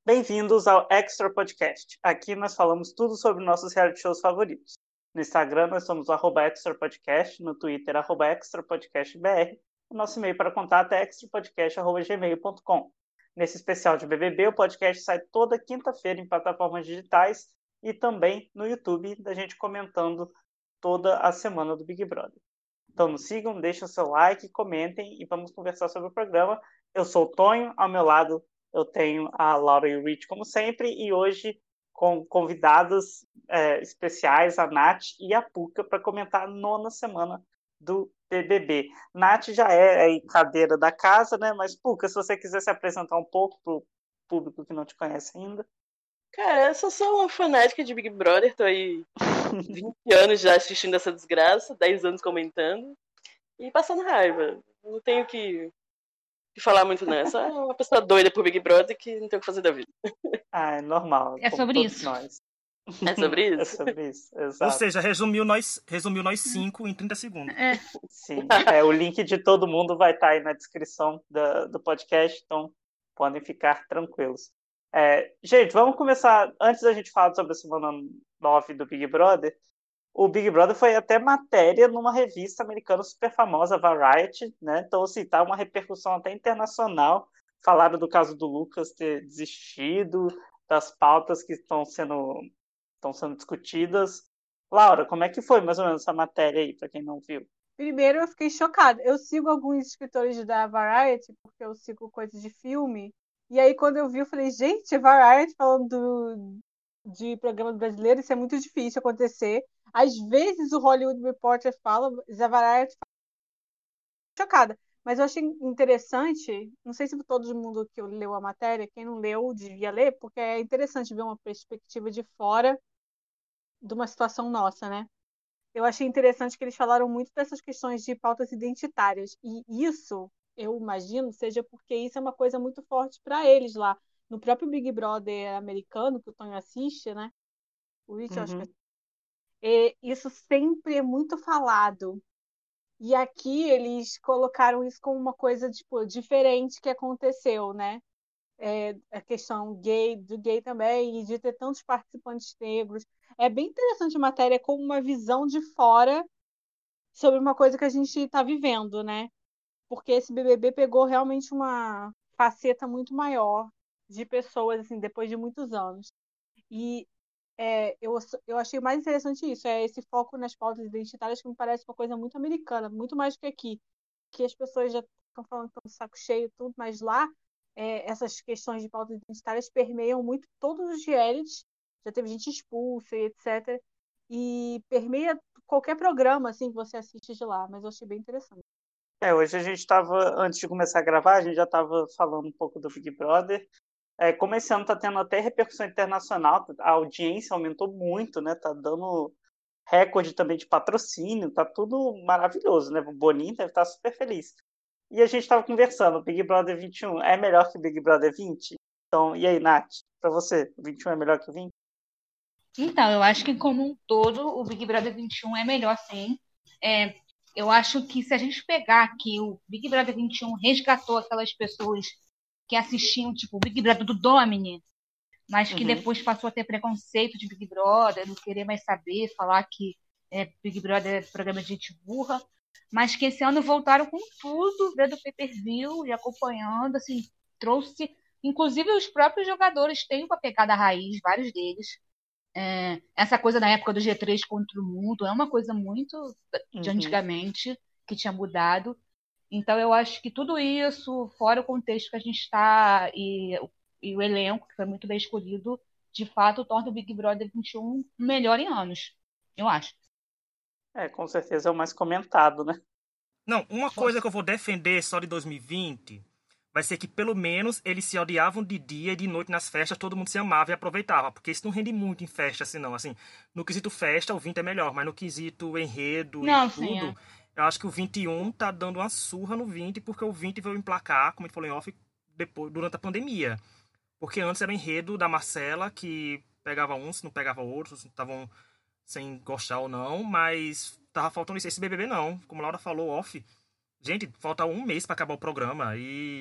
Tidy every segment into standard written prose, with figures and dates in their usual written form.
Bem-vindos ao Extra Podcast. Aqui nós falamos tudo sobre nossos reality shows favoritos. No Instagram nós somos o @extrapodcast, no Twitter @extrapodcastbr. O nosso e-mail para contato é extrapodcast@gmail.com. Nesse especial de BBB, o podcast sai toda quinta-feira em plataformas digitais e também no YouTube, da gente comentando toda a semana do Big Brother. Então nos sigam, deixem o seu like, comentem e vamos conversar sobre o programa. Eu sou o Tonho, ao meu lado eu tenho a Laura e o Rich, como sempre, e hoje com convidados especiais, a Nath e a Puca, para comentar a 9ª semana do BBB. Nath já é a cadeira da casa, né? Mas, Puca, se você quiser se apresentar um pouco para o público que não te conhece ainda. Cara, eu só sou uma fanática de Big Brother, tô aí 20 anos já assistindo essa desgraça, 10 anos comentando e passando raiva. Não tenho que falar muito não, só uma pessoa doida por Big Brother que não tem o que fazer da vida. É normal, É como sobre todos isso. nós. É sobre É isso? sobre isso, Ou exato. seja, resumiu nós 5 em 30 segundos. Sim, o link de todo mundo vai estar aí na descrição do podcast, então podem ficar tranquilos. Gente, vamos começar. Antes da gente falar sobre a semana 9 do Big Brother, o Big Brother foi até matéria numa revista americana super famosa, Variety, né? Então, assim, tá uma repercussão até internacional. Falaram do caso do Lucas ter desistido, das pautas que estão sendo discutidas. Laura, como é que foi mais ou menos essa matéria aí, para quem não viu? Primeiro, eu fiquei chocada. Eu sigo alguns escritores da Variety, porque eu sigo coisas de filme. E aí, quando eu vi, eu falei, gente, Variety falando de programa brasileiro, isso é muito difícil acontecer. Às vezes o Hollywood Reporter fala, mas a Variety fala. Chocada. Mas eu achei interessante, não sei se todo mundo que leu a matéria, quem não leu, devia ler, porque é interessante ver uma perspectiva de fora de uma situação nossa, né? Eu achei interessante que eles falaram muito dessas questões de pautas identitárias. E isso, eu imagino, seja porque isso é uma coisa muito forte para eles lá. No próprio Big Brother americano, que o Tonho assiste, né? O Rich, eu acho que isso sempre é muito falado. E aqui eles colocaram isso como uma coisa tipo, diferente que aconteceu, né? A questão do gay também, e de ter tantos participantes negros. É bem interessante a matéria com uma visão de fora sobre uma coisa que a gente está vivendo, né? Porque esse BBB pegou realmente uma faceta muito maior de pessoas, assim, depois de muitos anos. E eu achei mais interessante isso, esse foco nas pautas identitárias, que me parece uma coisa muito americana, muito mais do que aqui, que as pessoas já estão falando que estão de saco cheio e tudo, mas lá essas questões de pautas identitárias permeiam muito todos os realities, já teve gente expulsa e etc. E permeia qualquer programa assim que você assiste de lá, mas eu achei bem interessante. Hoje a gente estava, antes de começar a gravar, a gente já estava falando um pouco do Big Brother. Como esse ano está tendo até repercussão internacional, a audiência aumentou muito, né? Tá dando recorde também de patrocínio, tá tudo maravilhoso, né? O Boninho deve estar super feliz. E a gente estava conversando, o Big Brother 21 é melhor que o Big Brother 20? Então, e aí, Nath, para você, o 21 é melhor que o 20? Então, eu acho que como um todo, o Big Brother 21 é melhor, sim. Eu acho que se a gente pegar que o Big Brother 21 resgatou aquelas pessoas que assistiam, tipo, o Big Brother do Domini, mas que depois passou a ter preconceito de Big Brother, não querer mais saber, falar que Big Brother é programa de gente burra, mas que esse ano voltaram com tudo, vendo o pay-per-view e acompanhando, assim, trouxe... Inclusive, os próprios jogadores têm uma pegada raiz, vários deles. Essa coisa na época do G3 contra o mundo é uma coisa muito de antigamente, que tinha mudado. Então, eu acho que tudo isso, fora o contexto que a gente está e o elenco, que foi muito bem escolhido, de fato, torna o Big Brother 21 melhor em anos, eu acho. Com certeza é o mais comentado, né? Não, uma coisa que eu vou defender só de 2020 vai ser que pelo menos eles se odiavam de dia e de noite nas festas, todo mundo se amava e aproveitava, porque isso não rende muito em festa, assim, não. Assim, no quesito festa, o 20 é melhor, mas no quesito enredo Não, e sim, tudo, eu acho que o 21 tá dando uma surra no 20, porque o 20 veio emplacar, como a gente falou em off, durante a pandemia. Porque antes era o enredo da Marcela, que pegava uns, não pegava outros, estavam sem gostar ou não, mas tava faltando isso. Esse BBB não, como a Laura falou off, gente, falta um mês pra acabar o programa e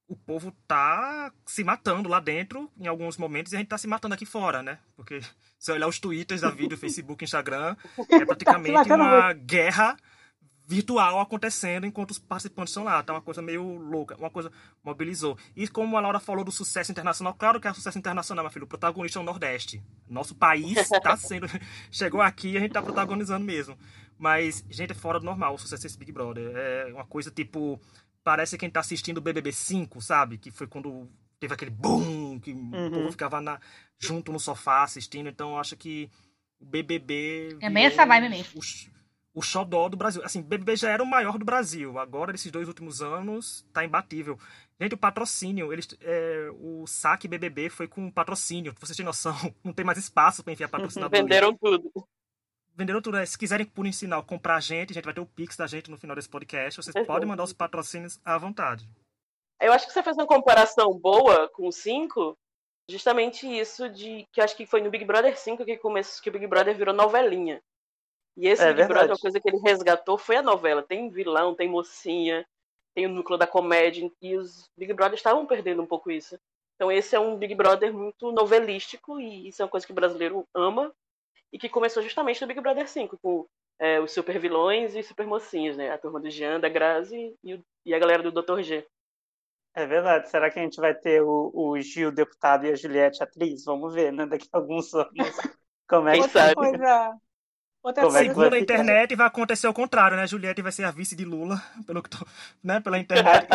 o povo tá se matando lá dentro em alguns momentos e a gente tá se matando aqui fora, né? Porque se olhar os twitters da vida, Facebook, Instagram, é praticamente uma guerra virtual acontecendo enquanto os participantes estão lá. Tá uma coisa meio louca, uma coisa mobilizou. E como a Laura falou do sucesso internacional, claro que é sucesso internacional, meu filho. O protagonista é o Nordeste. Nosso país tá sendo... Chegou aqui e a gente tá protagonizando mesmo. Mas, gente, é fora do normal o sucesso desse Big Brother. É uma coisa tipo... Parece que a gente tá assistindo o BBB 5, sabe? Que foi quando teve aquele boom, que o povo ficava junto no sofá assistindo. Então, eu acho que o BBB... É bem essa vibe mesmo. O xodó do Brasil. Assim, BBB já era o maior do Brasil. Agora, nesses 2 últimos anos, tá imbatível. Gente, o patrocínio, o saque BBB foi com patrocínio. Pra vocês terem noção, não tem mais espaço pra enfiar patrocinador. Venderam tudo. Venderam tudo. Se quiserem, por sinal, comprar a gente vai ter o Pix da gente no final desse podcast. Vocês podem mandar os patrocínios à vontade. Eu acho que você fez uma comparação boa com o 5, justamente isso de que eu acho que foi no Big Brother 5 que o Big Brother virou novelinha. E esse Big Brother, a coisa que ele resgatou foi a novela. Tem vilão, tem mocinha, tem o núcleo da comédia, e os Big Brother estavam perdendo um pouco isso. Então esse é um Big Brother muito novelístico, e isso é uma coisa que o brasileiro ama, e que começou justamente no Big Brother 5, com os super vilões e os super mocinhos, né? A turma do Jean, da Grazi e a galera do Dr. G. É verdade. Será que a gente vai ter o Gil deputado e a Juliette atriz? Vamos ver, né? Daqui a alguns anos. Como é que sabe? Segundo a internet, vai acontecer o contrário, né? A Juliette vai ser a vice de Lula, pela internet.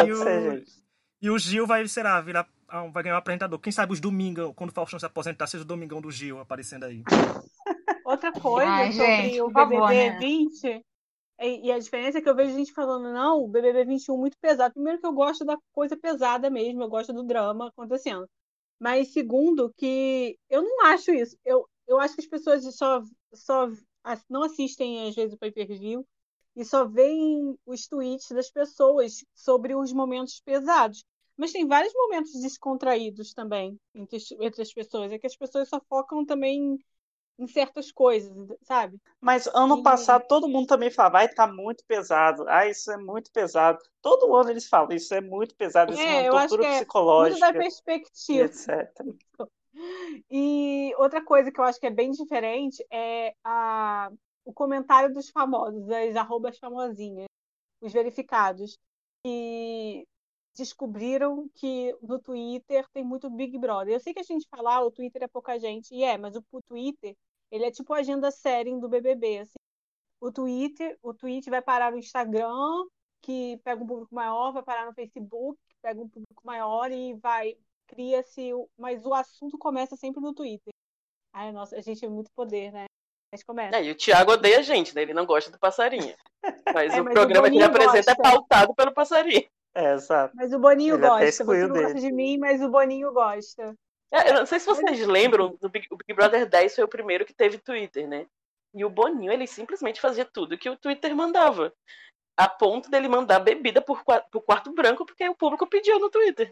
E o Gil vai ganhar um apresentador. Quem sabe os domingos, quando o Faustão se aposentar, seja o Domingão do Gil aparecendo aí. Outra coisa sobre o BBB 20, e a diferença é que eu vejo gente falando, não, o BBB 21 é muito pesado. Primeiro que eu gosto da coisa pesada mesmo, eu gosto do drama acontecendo. Mas segundo que eu não acho isso. Eu acho que as pessoas só não assistem, às vezes, o pay-per-view e só veem os tweets das pessoas sobre os momentos pesados. Mas tem vários momentos descontraídos também entre as pessoas. É que as pessoas só focam também em certas coisas, sabe? Mas ano passado todo mundo também falava, vai estar muito pesado. Isso é muito pesado. Todo ano eles falam, isso é muito pesado, isso é uma tortura psicológica. Muito da perspectiva. Etc. E outra coisa que eu acho que é bem diferente é o comentário dos famosos, das arrobas famosinhas, os verificados, que descobriram que no Twitter tem muito Big Brother. Eu sei que a gente fala, o Twitter é pouca gente, mas o Twitter, ele é tipo a agenda série do BBB, assim. O tweet vai parar no Instagram, que pega um público maior, vai parar no Facebook, que pega um público maior e cria-se, mas o assunto começa sempre no Twitter. Ai, nossa, a gente é muito poder, né? Mas começa. E o Thiago odeia a gente, né? Ele não gosta do passarinho. Mas o programa que ele apresenta é pautado pelo passarinho. Exato. Mas o Boninho gosta. Você não gosta de mim, mas o Boninho gosta. Eu não sei se vocês lembram, o Big Brother 10 foi o primeiro que teve Twitter, né? E o Boninho, ele simplesmente fazia tudo que o Twitter mandava. A ponto dele mandar bebida pro quarto branco, porque o público pediu no Twitter.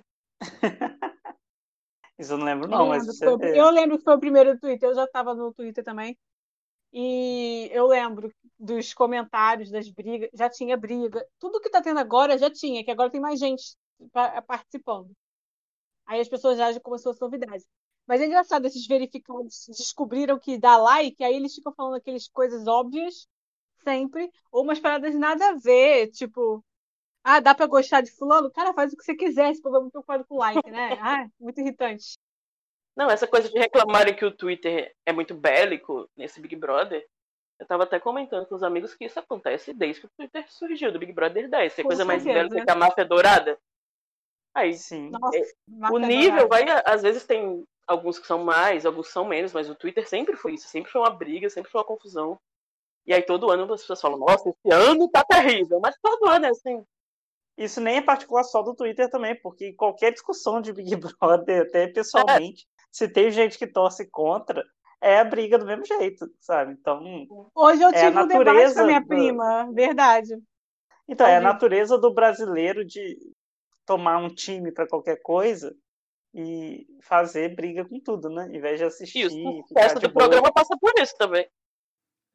Isso eu não lembro, não. Eu lembro que foi o primeiro Twitter. Eu já estava no Twitter também. E eu lembro dos comentários, das brigas. Já tinha briga. Tudo que tá tendo agora já tinha, que agora tem mais gente participando. Aí as pessoas já como se fosse novidade. Mas é engraçado, esses verificados descobriram que dá like, aí eles ficam falando aquelas coisas óbvias, sempre, ou umas paradas nada a ver, tipo, dá pra gostar de fulano? Cara, faz o que você quiser, se for muito preocupado com like, né? Muito irritante. Não, essa coisa de reclamarem que o Twitter é muito bélico nesse Big Brother, eu tava até comentando com os amigos que isso acontece desde que o Twitter surgiu, do Big Brother 10. Tem coisa mais bélica que a máfia dourada. Aí, sim. Nossa, o nível vai, às vezes tem alguns que são mais, alguns são menos, mas o Twitter sempre foi isso, sempre foi uma briga, sempre foi uma confusão. E aí todo ano as pessoas falam, nossa, esse ano tá terrível, mas todo ano é assim. Isso nem é particular só do Twitter também, porque qualquer discussão de Big Brother, até pessoalmente, se tem gente que torce contra, é a briga do mesmo jeito, sabe? Então, hoje eu tive um debate com a minha prima, verdade. Então, é a natureza do brasileiro de tomar um time para qualquer coisa e fazer briga com tudo, né? Em vez de assistir. E o sucesso do programa passa por isso também.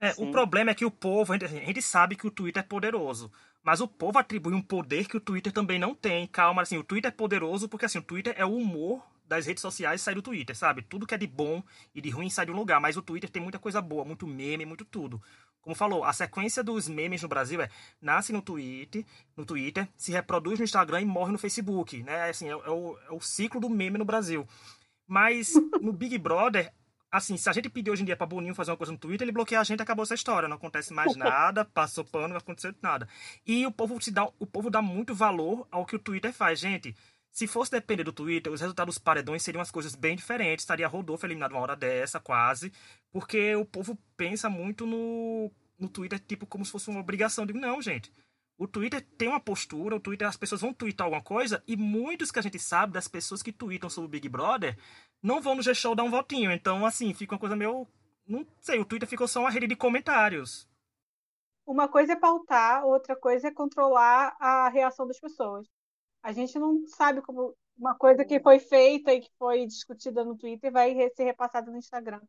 O Sim. problema é que o povo, a gente sabe que o Twitter é poderoso, mas o povo atribui um poder que o Twitter também não tem. Calma, assim, o Twitter é poderoso porque assim, o Twitter é o humor das redes sociais sai do Twitter, sabe? Tudo que é de bom e de ruim sai de um lugar, mas o Twitter tem muita coisa boa, muito meme, muito tudo. Como falou, a sequência dos memes no Brasil nasce no Twitter, se reproduz no Instagram e morre no Facebook, né? Assim, é o ciclo do meme no Brasil. Mas no Big Brother, assim, se a gente pedir hoje em dia pra Boninho fazer uma coisa no Twitter, ele bloqueia a gente e acabou essa história. Não acontece mais nada, passou pano, não aconteceu nada. E o povo dá muito valor ao que o Twitter faz. Gente, se fosse depender do Twitter, os resultados dos paredões seriam as coisas bem diferentes. Estaria Rodolfo eliminado uma hora dessa, quase. Porque o povo pensa muito no Twitter, tipo, como se fosse uma obrigação. Eu digo, não, gente. O Twitter tem uma postura, o Twitter, as pessoas vão twittar alguma coisa, e muitos que a gente sabe das pessoas que tweetam sobre o Big Brother não vão no G-Show dar um votinho. Então, assim, fica uma coisa meio. Não sei, o Twitter ficou só uma rede de comentários. Uma coisa é pautar, outra coisa é controlar a reação das pessoas. A gente não sabe como uma coisa que foi feita e que foi discutida no Twitter vai ser repassada no Instagram.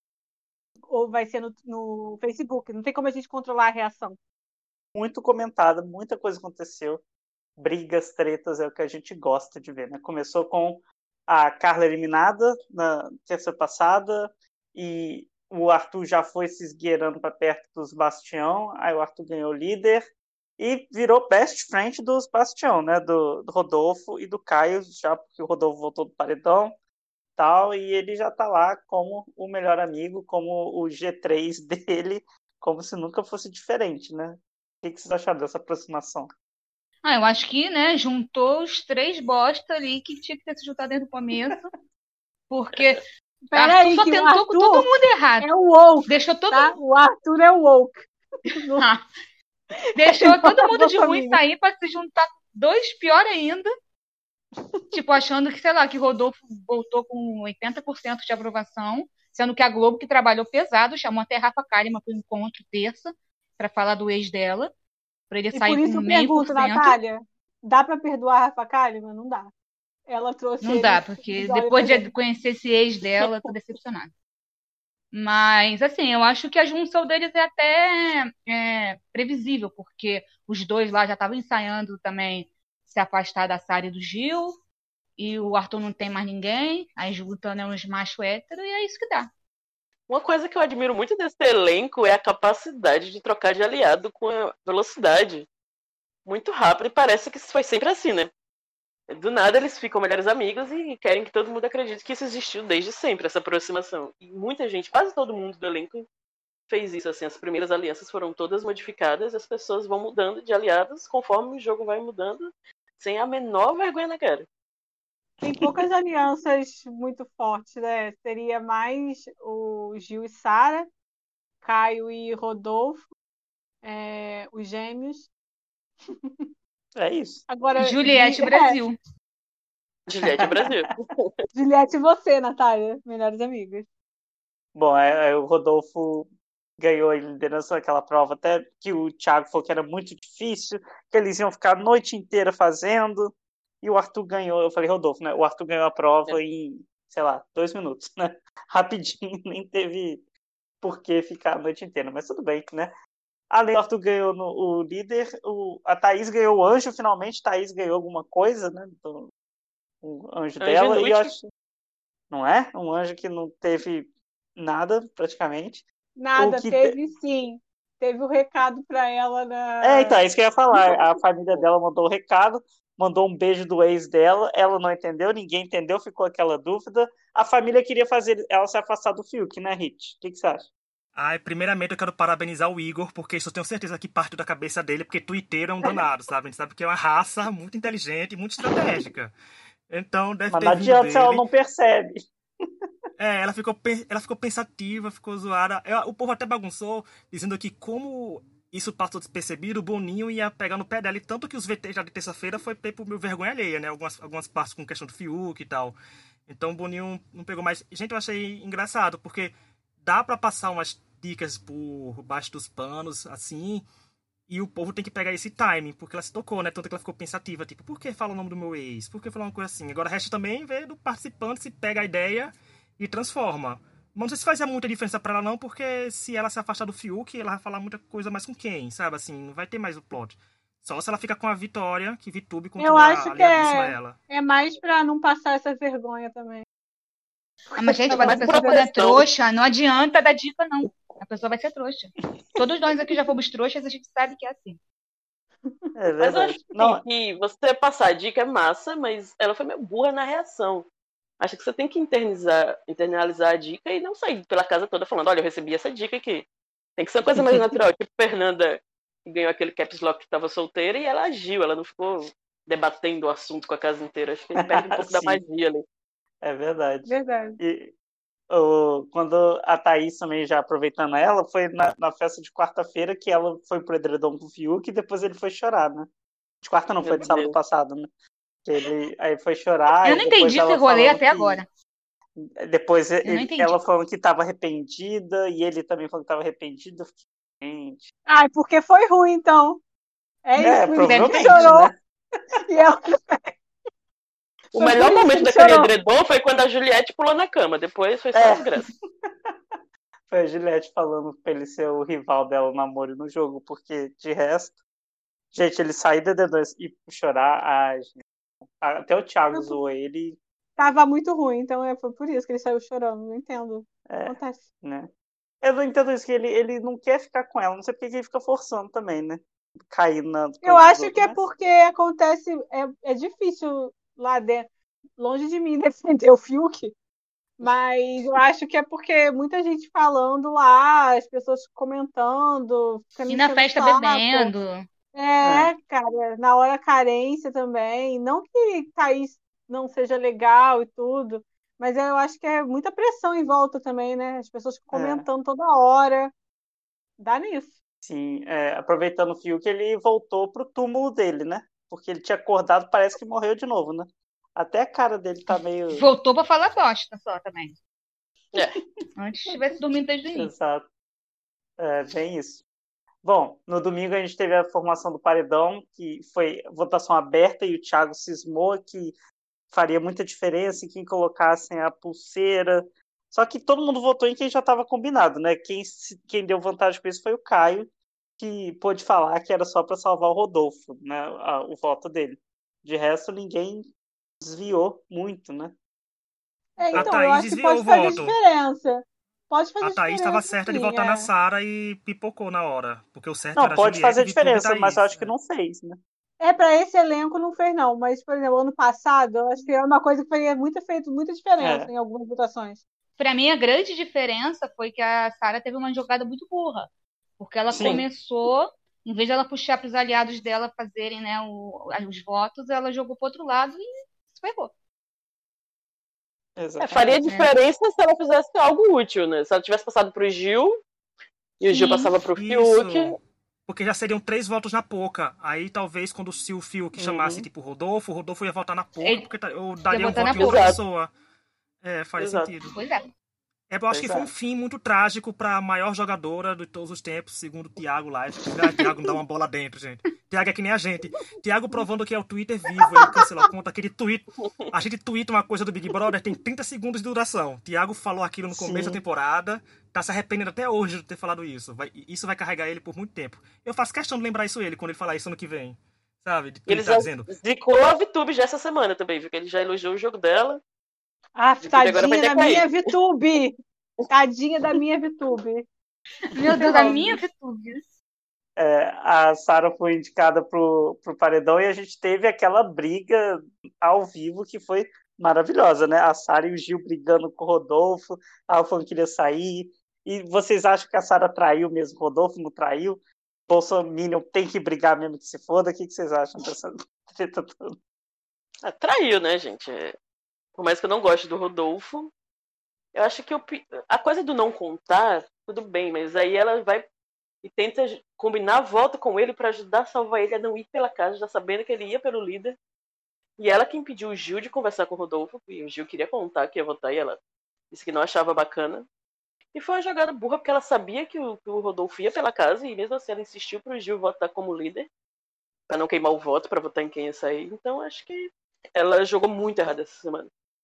Ou vai ser no Facebook. Não tem como a gente controlar a reação. Muito comentada, muita coisa aconteceu. Brigas, tretas, é o que a gente gosta de ver, né? Começou com a Carla eliminada na terça passada e o Arthur já foi se esgueirando para perto dos Bastião, aí o Arthur ganhou o líder e virou best friend dos Bastião, né? Do Rodolfo e do Caio, já porque o Rodolfo voltou do paredão tal, e ele já tá lá como o melhor amigo, como o G3 dele, como se nunca fosse diferente, né? O que vocês acharam dessa aproximação? Eu acho que, né, juntou os três bosta ali que tinha que ter se juntado desde o começo. Porque Peraí, Arthur só que o tentou com todo Arthur mundo errado. é o woke, Deixou todo tá? O Arthur é o woke. Ah, deixou todo mundo de ruim família. sair pra se juntar com dois pior ainda. Tipo, achando que, sei lá, que Rodolfo voltou com 80% de aprovação, sendo que a Globo, que trabalhou pesado, chamou até Rafa Kalimann para o encontro terça, para falar do ex dela, para ele E sair por com isso eu meio por pergunto, cento. Natália, dá pra perdoar a Rafa Kalimann? Não dá. Ela trouxe Não ele dá, no porque episódio depois pra de gente. conhecer esse ex dela, tô decepcionada. Mas, assim, eu acho que a junção deles é até previsível, porque os dois lá já estavam ensaiando também se afastar da Sarah e do Gil, e o Arthur não tem mais ninguém, aí juntando é uns macho hétero, e é isso que dá. Uma coisa que eu admiro muito desse elenco é a capacidade de trocar de aliado com a velocidade muito rápida, e parece que isso foi sempre assim, né? Do nada eles ficam melhores amigos e querem que todo mundo acredite que isso existiu desde sempre, essa aproximação. E muita gente, quase todo mundo do elenco fez isso, assim, as primeiras alianças foram todas modificadas, as pessoas vão mudando de aliados conforme o jogo vai mudando, sem a menor vergonha na cara. Tem poucas alianças muito fortes, né? Seria mais o Gil e Sara, Caio e Rodolfo, os gêmeos. É isso. Agora, Juliette Brasil. Juliette Brasil. Juliette e você, Natália, melhores amigas. Bom, o Rodolfo ganhou a liderança daquela prova, até que o Thiago falou que era muito difícil, que eles iam ficar a noite inteira fazendo, e o Arthur ganhou, eu falei Rodolfo, né? O Arthur ganhou a prova em, sei lá, 2 minutos, né? Rapidinho, nem teve por que ficar a noite inteira, mas tudo bem, né? Além do Arthur ganhou o líder, a Thaís ganhou o anjo, finalmente, Thaís ganhou alguma coisa, né? Então, o anjo dela, e eu inútil. acho, não é? Um anjo que não teve nada, praticamente. Nada, teve sim. Teve o recado para ela na. Então, é isso que eu ia falar. A família dela mandou o recado, mandou um beijo do ex dela, ela não entendeu, ninguém entendeu, ficou aquela dúvida. A família queria fazer ela se afastar do Fiuk, né, Hit? O que você acha? Primeiramente eu quero parabenizar o Igor, porque isso eu tenho certeza que partiu da cabeça dele, porque twitteiro é um danado, sabe? A gente sabe que é uma raça muito inteligente e muito estratégica. Então deve Mas ter não vindo adianta dele. se ela não percebe. Ela ficou pensativa, ficou zoada. O povo até bagunçou, dizendo que como isso passou despercebido, o Boninho ia pegar no pé dela. E tanto que os VT já de terça-feira foi por meu vergonha alheia, né? Algumas partes com questão do Fiuk e tal. Então o Boninho não pegou mais. Gente, eu achei engraçado, porque dá pra passar umas dicas por baixo dos panos, assim, e o povo tem que pegar esse timing, porque ela se tocou, né? Tanto que ela ficou pensativa, tipo, por que fala o nome do meu ex? Por que falar uma coisa assim? Agora resta também ver do participante se pega a ideia e transforma. Mas não sei se fazia muita diferença pra ela, não, porque se ela se afastar do Fiuk, ela vai falar muita coisa mais com quem, sabe? Assim, não vai ter mais o plot. Só se ela fica com a Vitória, que VTube Eu continua acho que aliadíssima a ela. é mais pra não passar essa vergonha também. Mas, gente, mas a Mas pessoa por quando é pressão. trouxa, não adianta dar dica, não. A pessoa vai ser trouxa. Todos nós aqui já fomos trouxas, a gente sabe que é assim. É Mas eu acho verdade. Não, que você passar a dica é massa, mas ela foi meio burra na reação. Acho que você tem que internalizar a dica e não sair pela casa toda falando, olha, eu recebi essa dica aqui. Tem que ser uma coisa mais natural. Tipo Fernanda, que ganhou aquele caps lock que estava solteira e ela agiu, ela não ficou debatendo o assunto com a casa inteira. Acho que ele perde um pouco da sim, magia ali. é verdade. Verdade. E quando a Thaís também, já aproveitando ela, foi na festa de quarta-feira que ela foi pro edredom com o Fiuk e depois ele foi chorar, né? De quarta não, Meu foi de sábado Deus. passado, né? Que ele aí foi chorar Eu e não depois entendi esse ela rolê falando até que... agora. Depois Eu não entendi. ela falando que estava arrependida e ele também falando que estava arrependido. Eu fiquei, gente... Ai, porque foi ruim, então. É isso, por isso que provavelmente, chorou. né? E ela... O Foi melhor por isso momento que daquele chorou. edredom foi quando a Juliette pulou na cama. Depois foi só desgraça. Foi a Juliette falando pra ele ser o rival dela no namoro e no jogo, porque de resto... Gente, ele sair do D2 e chorar, ai, gente. Até o Thiago zoou ele, Tava muito ruim, então foi por isso que ele saiu chorando. Não entendo. Acontece. né? Eu não entendo isso, que ele não quer ficar com ela, não sei porque que ele fica forçando também, né? Cair na Eu coisa dos acho que outros, é mas... porque acontece. É difícil lá dentro, longe de mim defender o Fiuk, mas eu acho que é porque muita gente falando lá, as pessoas comentando, ficando E na enchendo o festa saco. bebendo. Cara, na hora carência também. Não que Thaís não seja legal e tudo, mas eu acho que é muita pressão em volta também, né? As pessoas comentando toda hora. Dá nisso. Sim, aproveitando o Fiuk, ele voltou pro túmulo dele, né? Porque ele tinha acordado, parece que morreu de novo, né? Até a cara dele tá meio... Voltou pra falar bosta só também. É. Antes tivesse dormindo desde o início. Exato. Bem isso. Bom, no domingo a gente teve a formação do paredão, que foi votação aberta e o Thiago cismou que faria muita diferença em quem colocassem a pulseira. Só que todo mundo votou em quem já estava combinado, né? Quem deu vantagem com isso foi o Caio, que pôde falar que era só para salvar o Rodolfo, né? O voto dele. De resto, ninguém desviou muito, né? A Então, eu Thaís acho que desviou pode o fazer voto. diferença. Pode A fazer Thaís estava diferença, certa de sim. votar na Sara e pipocou na hora. Porque o certo Não, era pode Juliette, fazer VTube e diferença, mas eu Thaís. acho que não fez, né? Para esse elenco não fez, não. Mas, por exemplo, ano passado, eu acho que é uma coisa que faria feito muita diferença em algumas votações. Pra mim, a grande diferença foi que a Sarah teve uma jogada muito burra. Porque ela Sim. começou, em vez de ela puxar para os aliados dela fazerem, né, os votos, ela jogou pro outro lado e se ferrou. Faria diferença se ela fizesse algo útil, né? Se ela tivesse passado pro Gil e o Gil passava pro Fiuk. Porque já seriam 3 votos na Poca. Aí talvez quando se o Fiuk chamasse tipo o Rodolfo ia votar na Poca, porque eu daria um voto em outra pessoa. Faria sentido. Pois é. Eu acho que foi um fim muito trágico pra maior jogadora de todos os tempos, segundo o Thiago Live. Thiago não dá uma bola dentro, gente. Thiago é que nem a gente. Thiago provando que é o Twitter vivo. Ele cancelou a conta, aquele tweet. A gente twitta uma coisa do Big Brother, tem 30 segundos de duração. Thiago falou aquilo no começo da temporada, tá se arrependendo até hoje de ter falado isso. Isso vai carregar ele por muito tempo. Eu faço questão de lembrar isso ele quando ele falar isso ano que vem. Sabe? Ele já zicou a VTube já essa semana também, viu? Que ele já elogiou o jogo dela. Tadinha da minha VTube! Tadinha da minha VTube. Meu Deus, a minha VTube. A Sara foi indicada pro paredão e a gente teve aquela briga ao vivo que foi maravilhosa, né? A Sara e o Gil brigando com o Rodolfo, a Alfa queria sair. E vocês acham que a Sara traiu mesmo? O Rodolfo não traiu? Bolsonaro tem que brigar mesmo que se foda? O que vocês acham dessa treta toda? Traiu, né, gente? Por mais que eu não goste do Rodolfo, eu acho que a coisa do não contar, tudo bem, mas aí ela vai e tenta combinar a volta com ele para ajudar a salvar ele a não ir pela casa, já sabendo que ele ia pelo líder. E ela que impediu o Gil de conversar com o Rodolfo, e o Gil queria contar que ia votar e ela disse que não achava bacana. E foi uma jogada burra porque ela sabia que o Rodolfo ia pela casa e mesmo assim ela insistiu pro Gil votar como líder, para não queimar o voto, para votar em quem ia sair. Então acho que ela jogou muito errado essa semana.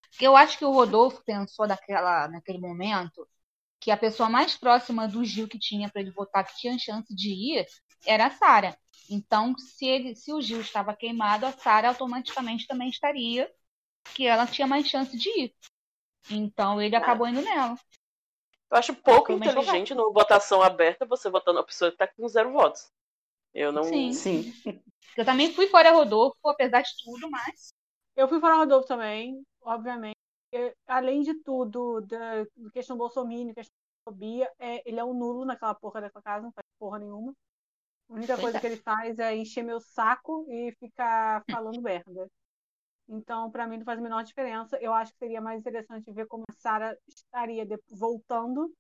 Porque eu acho que o Rodolfo pensou naquele momento que a pessoa mais próxima do Gil que tinha para ele votar, que tinha chance de ir, era a Sara. Então, se o Gil estava queimado, a Sara automaticamente também estaria, que ela tinha mais chance de ir. Então, ele acabou indo nela. Eu acho pouco Foi bem inteligente numa votação aberta você votar numa pessoa que tá com 0 votos. Eu não. Sim. Eu também fui fora Rodolfo, apesar de tudo, mas. Eu fui fora Rodolfo também, obviamente. Além de tudo, da questão bolsominion, questão de fobia, ele é um nulo naquela porra dessa casa, não faz porra nenhuma. A única coisa que ele faz é encher meu saco e ficar falando merda. Então, pra mim, não faz a menor diferença. Eu acho que seria mais interessante ver como a Sara estaria voltando,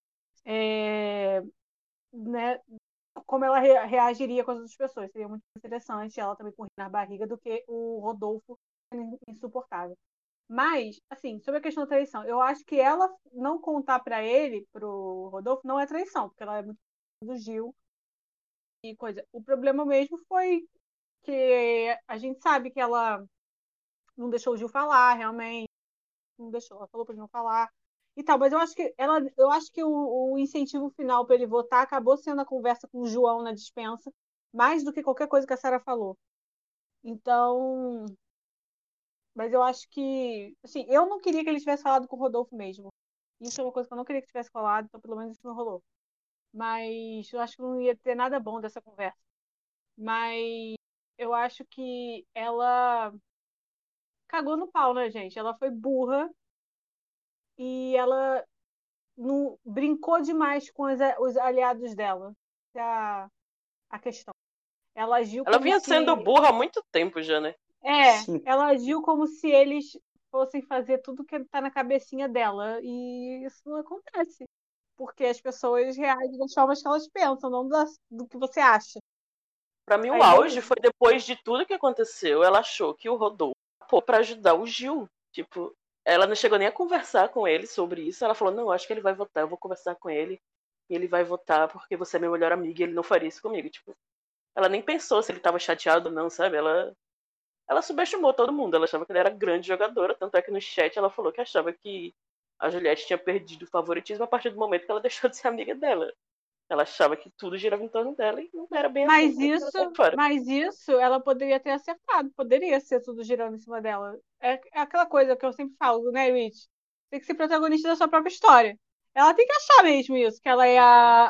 né, como ela reagiria com as outras pessoas. Seria muito interessante ela também correr na barriga do que o Rodolfo insuportável. Mas, assim, sobre a questão da traição, eu acho que ela não contar pra ele, pro Rodolfo, não é traição, porque ela é muito do Gil e coisa. O problema mesmo foi que a gente sabe que ela não deixou o Gil falar, realmente. Não deixou, ela falou pra ele não falar e tal, mas eu acho que o incentivo final para ele votar acabou sendo a conversa com o João na despensa, mais do que qualquer coisa que a Sara falou. Então, mas eu acho que, assim, eu não queria que ele tivesse falado com o Rodolfo mesmo. Isso é uma coisa que eu não queria que tivesse falado, então pelo menos isso não rolou. Mas eu acho que não ia ter nada bom dessa conversa. Mas eu acho que ela cagou no pau, né, gente? Ela foi burra e ela não brincou demais com os aliados dela. Essa é a questão. Ela agiu Ela como vinha se... sendo burra há muito tempo já, né? Sim. Ela agiu como se eles fossem fazer tudo que tá na cabecinha dela. E isso não acontece. Porque as pessoas reagem das formas que elas pensam, não do que você acha. Pra mim, o Aí, auge foi depois de tudo que aconteceu. Ela achou que o Rodolfo pô pra ajudar o Gil. Tipo, ela não chegou nem a conversar com ele sobre isso. Ela falou: não, acho que ele vai votar, eu vou conversar com ele. E ele vai votar porque você é meu melhor amigo e ele não faria isso comigo. Tipo, ela nem pensou se ele tava chateado ou não, sabe? Ela subestimou todo mundo. Ela achava que ele era grande jogadora. Tanto é que no chat ela falou que achava que a Juliette tinha perdido o favoritismo a partir do momento que ela deixou de ser amiga dela. Ela achava que tudo girava em torno dela e não era bem assim. Mas isso ela poderia ter acertado. Poderia ser tudo girando em cima dela. É aquela coisa que eu sempre falo, né, Rich? Tem que ser protagonista da sua própria história. Ela tem que achar mesmo isso, que ela é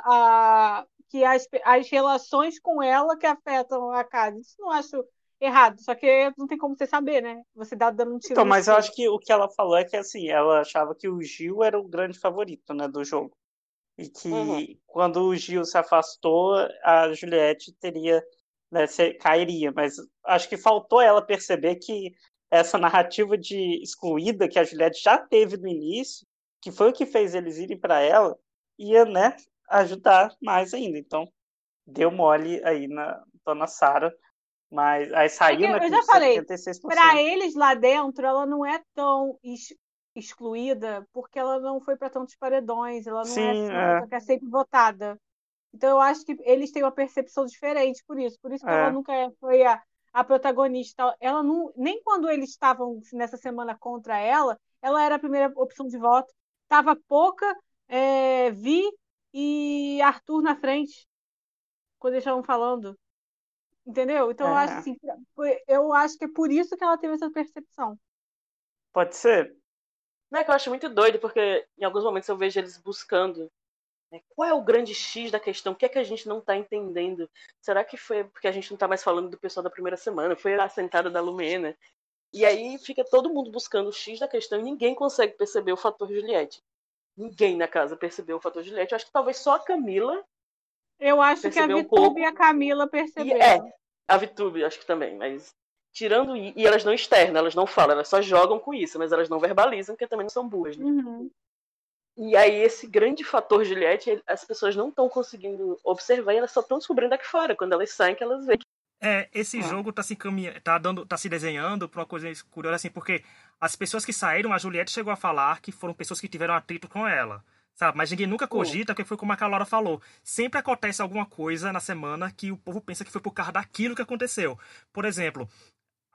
que as relações com ela que afetam a casa. Isso não acho errado, só que não tem como você saber, né? Você dando um tiro Então, no mas eu escuro. acho que o que ela falou é que assim, ela achava que o Gil era o grande favorito, né, do jogo. E que quando o Gil se afastou, a Juliette teria, né, cairia. Mas acho que faltou ela perceber que essa narrativa de excluída que a Juliette já teve no início, que foi o que fez eles irem para ela, ia, né, ajudar mais ainda. Então, deu mole aí na dona Sara, mas aí É que saiu, né, eu com já falei, 76%. para eles lá dentro, ela não é tão excluída, porque ela não foi para tantos paredões, ela não é Sim, assim, uma pessoa que é sempre votada. Então eu acho que eles têm uma percepção diferente por isso que ela nunca foi a protagonista. Ela não, nem quando eles estavam nessa semana contra ela era a primeira opção de voto. Tava Poca, Vi e Arthur na frente quando eles estavam falando. Entendeu? Então eu acho que é por isso que ela teve essa percepção. pode ser. Não é que eu acho muito doido, porque em alguns momentos eu vejo eles buscando, né, qual é o grande X da questão, o que é que a gente não tá entendendo? Será que foi porque a gente não tá mais falando do pessoal da primeira semana? Foi a sentada da Lumena? E aí fica todo mundo buscando o X da questão e ninguém consegue perceber o fator Juliette. Ninguém na casa percebeu o fator Juliette. Eu acho que talvez só a Camila Eu acho que a percebeu um Vitube e pouco. a Camila E perceberam. a Vitube, acho que também, mas tirando. E elas não externam, elas não falam, elas só jogam com isso, mas elas não verbalizam, porque também não são burras, né? Uhum. E aí, esse grande fator Juliette, as pessoas não estão conseguindo observar e elas só estão descobrindo aqui fora, quando elas saem, que elas veem. Esse jogo tá se desenhando pra uma coisa curiosa, assim, porque as pessoas que saíram, a Juliette chegou a falar que foram pessoas que tiveram atrito com ela, sabe? Mas ninguém nunca cogita, porque foi como a Laura falou. Sempre acontece alguma coisa na semana que o povo pensa que foi por causa daquilo que aconteceu. Por exemplo,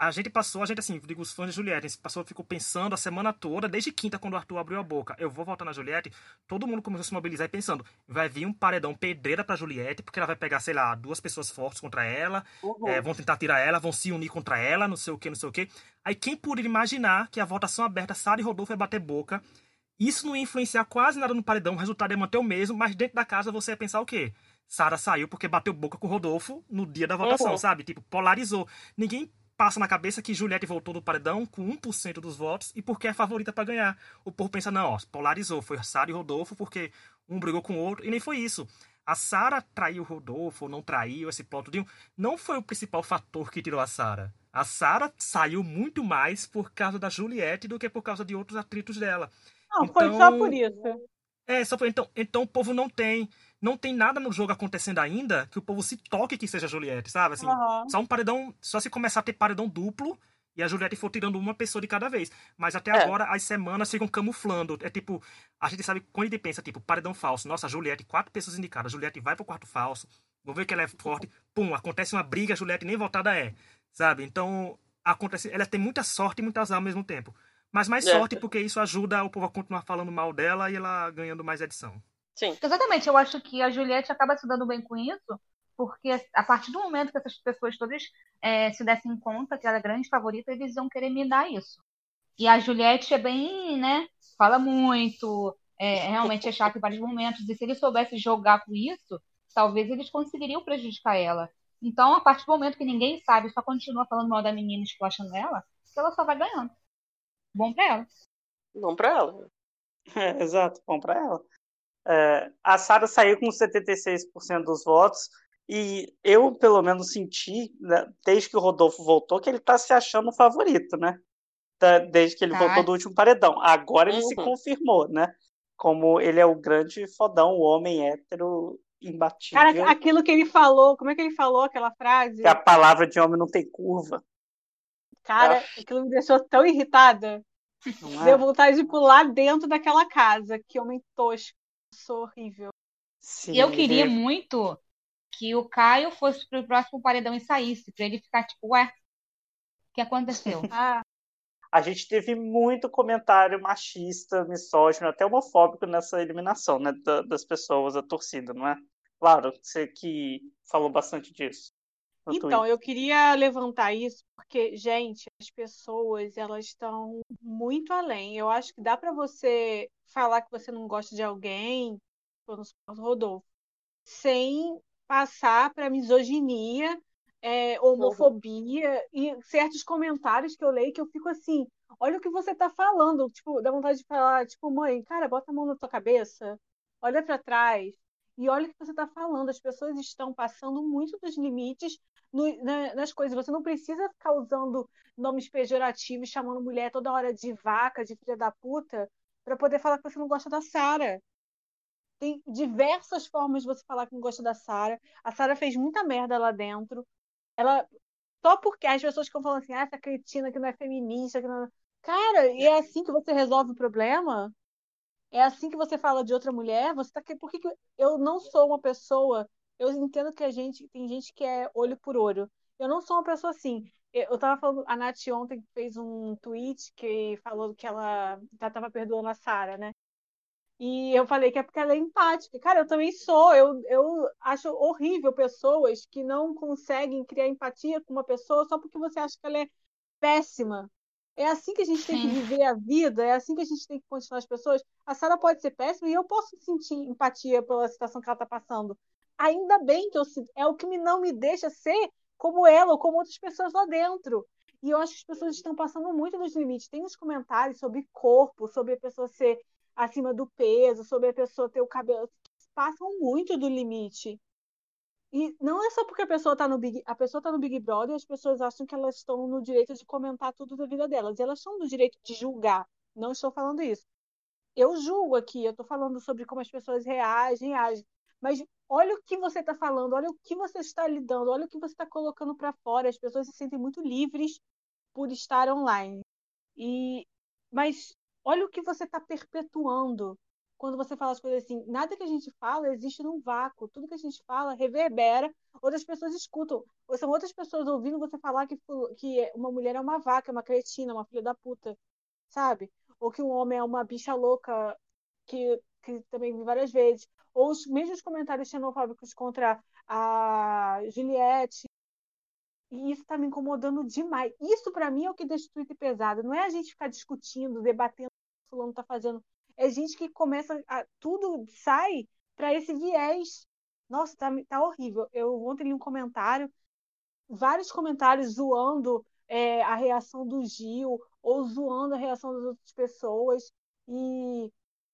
A gente assim, digo, os fãs de Juliette, a gente ficou pensando a semana toda, desde quinta, quando o Arthur abriu a boca, eu vou voltar na Juliette, todo mundo começou a se mobilizar e pensando, vai vir um paredão pedreira pra Juliette, porque ela vai pegar, sei lá, 2 pessoas fortes contra ela, vão tentar tirar ela, vão se unir contra ela, não sei o que, não sei o que. Aí quem poderia imaginar que a votação aberta, Sara e Rodolfo ia bater boca, isso não ia influenciar quase nada no paredão, o resultado ia manter o mesmo, mas dentro da casa você ia pensar o quê? Sara saiu porque bateu boca com o Rodolfo no dia da votação, sabe? Tipo, polarizou. Ninguém passa na cabeça que Juliette voltou do paredão com 1% dos votos e porque é favorita pra ganhar. O povo pensa, não, ó, polarizou. Foi Sara e Rodolfo porque um brigou com o outro e nem foi isso. A Sara traiu o Rodolfo ou não traiu, esse ponto de não foi o principal fator que tirou a Sara. A Sara saiu muito mais por causa da Juliette do que por causa de outros atritos dela. Não, Então, foi só por isso. Então o povo não tem nada no jogo acontecendo ainda que o povo se toque que seja a Juliette, sabe? Assim, só um paredão, só se começar a ter paredão duplo e a Juliette for tirando uma pessoa de cada vez. Mas até agora as semanas ficam camuflando. É tipo, a gente sabe quando a gente pensa, tipo, paredão falso. Nossa, a Juliette, 4 pessoas indicadas. A Juliette vai pro quarto falso. Vou ver que ela é forte. Pum, acontece uma briga, a Juliette nem votada é. Sabe? Então, ela tem muita sorte e muito azar ao mesmo tempo. Mas mais sorte porque isso ajuda o povo a continuar falando mal dela e ela ganhando mais edição. Sim. Exatamente, eu acho que a Juliette acaba se dando bem com isso, porque a partir do momento que essas pessoas todas se dessem conta que ela é grande favorita, eles iam querer minar isso. E a Juliette é bem, né, fala muito, realmente é chata em vários momentos, e se eles soubessem jogar com isso, talvez eles conseguiriam prejudicar ela. Então, a partir do momento que ninguém sabe, só continua falando mal da menina, esculachando ela, ela só vai ganhando. Bom pra ela. Bom pra ela. Exato, bom pra ela. A Sara saiu com 76% dos votos e eu, pelo menos, senti, né, desde que o Rodolfo voltou, que ele tá se achando o favorito, né? Desde que ele voltou do último paredão. Agora ele se confirmou, né? Como ele é o grande fodão, o homem hétero imbatível. Cara, aquilo que ele falou, como é que ele falou aquela frase? Que a palavra de homem não tem curva. Cara, aquilo me deixou tão irritada. Deu vontade de pular dentro daquela casa. Que homem tosco. Sou horrível. Sim, eu queria muito que o Caio fosse pro próximo paredão e saísse, pra ele ficar tipo, ué, o que aconteceu? A gente teve muito comentário machista, misógino, até homofóbico nessa eliminação, né, das pessoas, da torcida, não é? Claro, você que falou bastante disso. Então, eu queria levantar isso porque, gente, as pessoas, elas estão muito além. Eu acho que dá para você falar que você não gosta de alguém, vamos supor, Rodolfo, sem passar para misoginia, homofobia e certos comentários que eu leio que eu fico assim, olha o que você tá falando, tipo, dá vontade de falar, tipo, mãe, cara, bota a mão na tua cabeça, olha para trás e olha o que você tá falando. As pessoas estão passando muito dos limites nas coisas. Você não precisa ficar usando nomes pejorativos, chamando mulher toda hora de vaca, de filha da puta, para poder falar que você não gosta da Sara. Tem diversas formas de você falar que não gosta da Sara. A Sara fez muita merda lá dentro. Ela só porque as pessoas ficam falando assim, essa cretina que não é feminista, que não... Cara, e é assim que você resolve o problema? É assim que você fala de outra mulher? Você tá aqui, por que eu não sou uma pessoa? Eu entendo que tem gente que é olho por olho. Eu não sou uma pessoa assim. Eu tava falando, a Nath ontem fez um tweet que falou que ela já tava perdoando a Sara, né? E eu falei que é porque ela é empática. Cara, eu também sou. Eu acho horrível pessoas que não conseguem criar empatia com uma pessoa só porque você acha que ela é péssima. É assim que a gente tem que viver a vida, é assim que a gente tem que continuar as pessoas. A Sara pode ser péssima e eu posso sentir empatia pela situação que ela está passando. Ainda bem que é o que não me deixa ser como ela ou como outras pessoas lá dentro. E eu acho que as pessoas estão passando muito dos limites. Tem uns comentários sobre corpo, sobre a pessoa ser acima do peso, sobre a pessoa ter o cabelo, passam muito do limite. E não é só porque a pessoa está no Big Brother e as pessoas acham que elas estão no direito de comentar tudo da vida delas. E elas estão no direito de julgar. Não estou falando isso. Eu julgo aqui, eu estou falando sobre como as pessoas reagem, agem. Mas olha o que você está falando, olha o que você está lidando, olha o que você está colocando para fora. As pessoas se sentem muito livres por estar online. Mas olha o que você está perpetuando quando você fala as coisas assim, nada que a gente fala existe num vácuo. Tudo que a gente fala reverbera, outras pessoas escutam. Ou são outras pessoas ouvindo você falar que uma mulher é uma vaca, é uma cretina, uma filha da puta, sabe? Ou que um homem é uma bicha louca, que também vi várias vezes. Ou os mesmos comentários xenofóbicos contra a Juliette. E isso tá me incomodando demais. Isso, para mim, é o que deixa o Twitter pesado. Não é a gente ficar discutindo, debatendo o que o fulano tá fazendo. É gente que começa tudo sai para esse viés. Nossa, tá horrível. Eu ontem li um comentário, vários comentários zoando a reação do Gil, ou zoando a reação das outras pessoas. E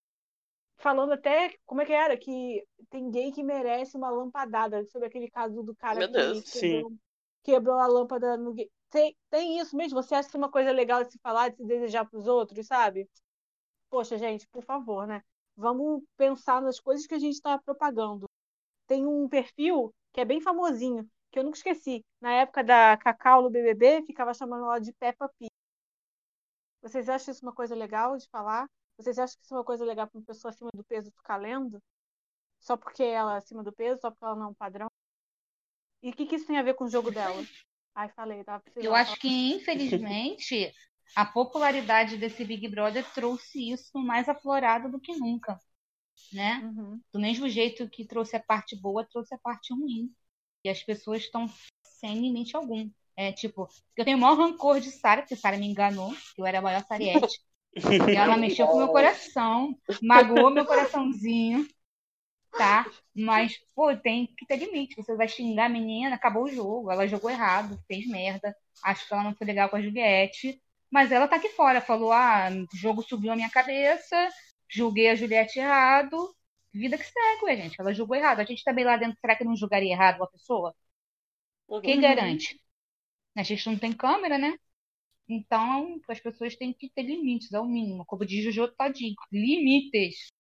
falando até, como é que era? Que tem gay que merece uma lampadada, sobre aquele caso do cara Meu que Deus. Sim. quebrou a lâmpada no gay. Tem isso mesmo? Você acha que é uma coisa legal de se falar, de se desejar para os outros, sabe? Poxa, gente, por favor, né? Vamos pensar nas coisas que a gente está propagando. Tem um perfil que é bem famosinho, que eu nunca esqueci. Na época da Cacau no BBB, ficava chamando ela de Peppa Pig. Vocês acham isso uma coisa legal de falar? Vocês acham que isso é uma coisa legal para uma pessoa acima do peso ficar lendo? Só porque ela é acima do peso? Só porque ela não é um padrão? E o que isso tem a ver com o jogo dela? Ai, falei, tava precisando Eu falar. acho que, infelizmente, a popularidade desse Big Brother trouxe isso mais aflorado do que nunca, né? Uhum. Do mesmo jeito que trouxe a parte boa, trouxe a parte ruim. E as pessoas estão sem limite algum. É tipo, eu tenho o maior rancor de Sara, porque Sara me enganou, que eu era a maior Sariette. E ela mexeu com o meu coração, magoou meu coraçãozinho, tá? Mas, pô, tem que ter limite. Você vai xingar a menina, acabou o jogo. Ela jogou errado, fez merda. Acho que ela não foi legal com a Juliette. Mas ela tá aqui fora. Falou, o jogo subiu a minha cabeça. Julguei a Juliette errado. Vida que segue, ué, gente. Ela julgou errado. A gente também lá dentro, será que não julgaria errado uma pessoa? Quem garante? A gente não tem câmera, né? Então, as pessoas têm que ter limites, ao mínimo. Como diz o Jojo Todinho, limites.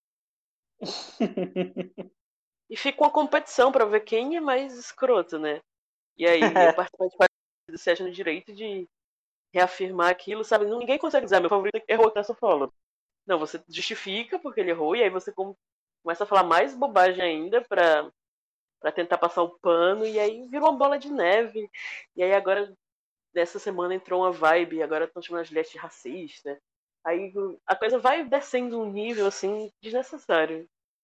E fica uma competição pra ver quem é mais escroto, né? E aí, o participante se acha no direito de reafirmar aquilo, sabe? Ninguém consegue dizer, meu favorito errou nessa fala. Não, você justifica porque ele errou, e aí você começa a falar mais bobagem ainda pra tentar passar o pano, e aí vira uma bola de neve. E aí agora, nessa semana entrou uma vibe, agora estão chamando a Juliette de racista. Aí a coisa vai descendo um nível, assim, desnecessário.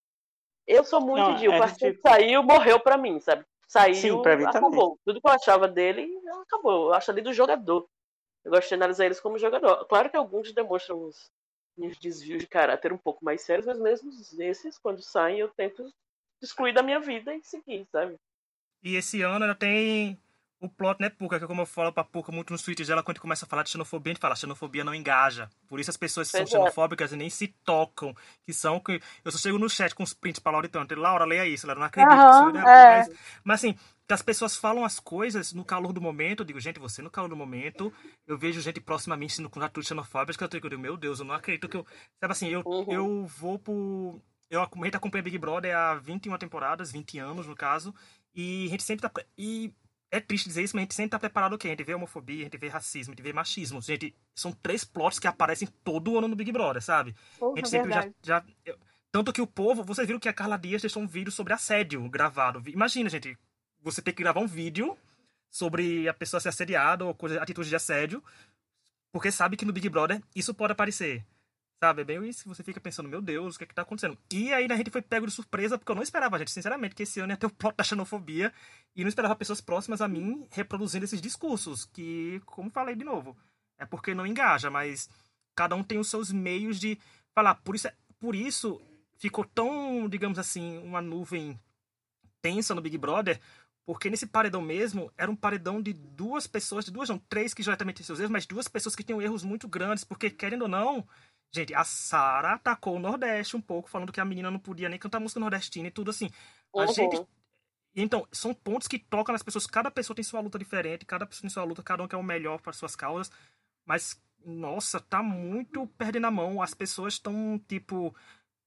Eu sou muito Não, de. O é parceiro ridículo. saiu, morreu pra mim, sabe? Sim, pra Saiu, mim também. acabou. Tudo que eu achava dele, acabou. Eu acho ali do jogador. Eu gosto de analisar eles como jogador. Claro que alguns demonstram uns desvios de caráter um pouco mais sérios, mas mesmo esses, quando saem, eu tento excluir da minha vida e seguir, sabe? E esse ano ela tem o plot, né, Puca? Que como eu falo pra Puca muito nos tweets dela, quando começa a falar de xenofobia, a gente fala, xenofobia não engaja. Por isso as pessoas que são Pois é. xenofóbicas nem se tocam. Que eu só chego no chat com os prints pra Laura e tanto. Laura, leia isso. Ela não acredita que isso é. Mas assim, que as pessoas falam as coisas no calor do momento. Eu digo, gente, você no calor do momento, eu vejo gente próxima a mim sendo com atitudes xenofóbicas, que eu digo, meu Deus, eu não acredito que eu. Sabe assim, eu vou pro. A gente acompanha Big Brother há 21 temporadas, 20 anos no caso, e a gente sempre tá. E é triste dizer isso, mas a gente sempre tá preparado o quê? A gente vê homofobia, a gente vê racismo, a gente vê machismo. Gente, são 3 plots que aparecem todo ano no Big Brother, sabe? Porra, A gente sempre verdade. tanto que o povo, vocês viram que a Carla Dias deixou um vídeo sobre assédio gravado. Imagina, gente, você ter que gravar um vídeo sobre a pessoa ser assediada ou atitude de assédio, porque sabe que no Big Brother isso pode aparecer. Sabe, é bem isso que você fica pensando, meu Deus, o que é que tá acontecendo? E aí a gente foi pego de surpresa, porque eu não esperava, gente, sinceramente, que esse ano ia ter o plot da xenofobia, e não esperava pessoas próximas a mim reproduzindo esses discursos, que, como falei de novo, é porque não engaja, mas cada um tem os seus meios de falar. Por isso ficou tão, digamos assim, uma nuvem tensa no Big Brother, porque nesse paredão mesmo, era um paredão de 2 pessoas, de 2 não, 3 que já também tinham seus erros, mas 2 pessoas que tinham erros muito grandes, porque, querendo ou não, gente, a Sara atacou o Nordeste um pouco, falando que a menina não podia nem cantar música nordestina e tudo assim. A gente... Então, são pontos que tocam nas pessoas, cada pessoa tem sua luta diferente, cada pessoa tem sua luta, cada um quer o melhor para suas causas, mas, nossa, tá muito perdendo a mão, as pessoas estão, tipo...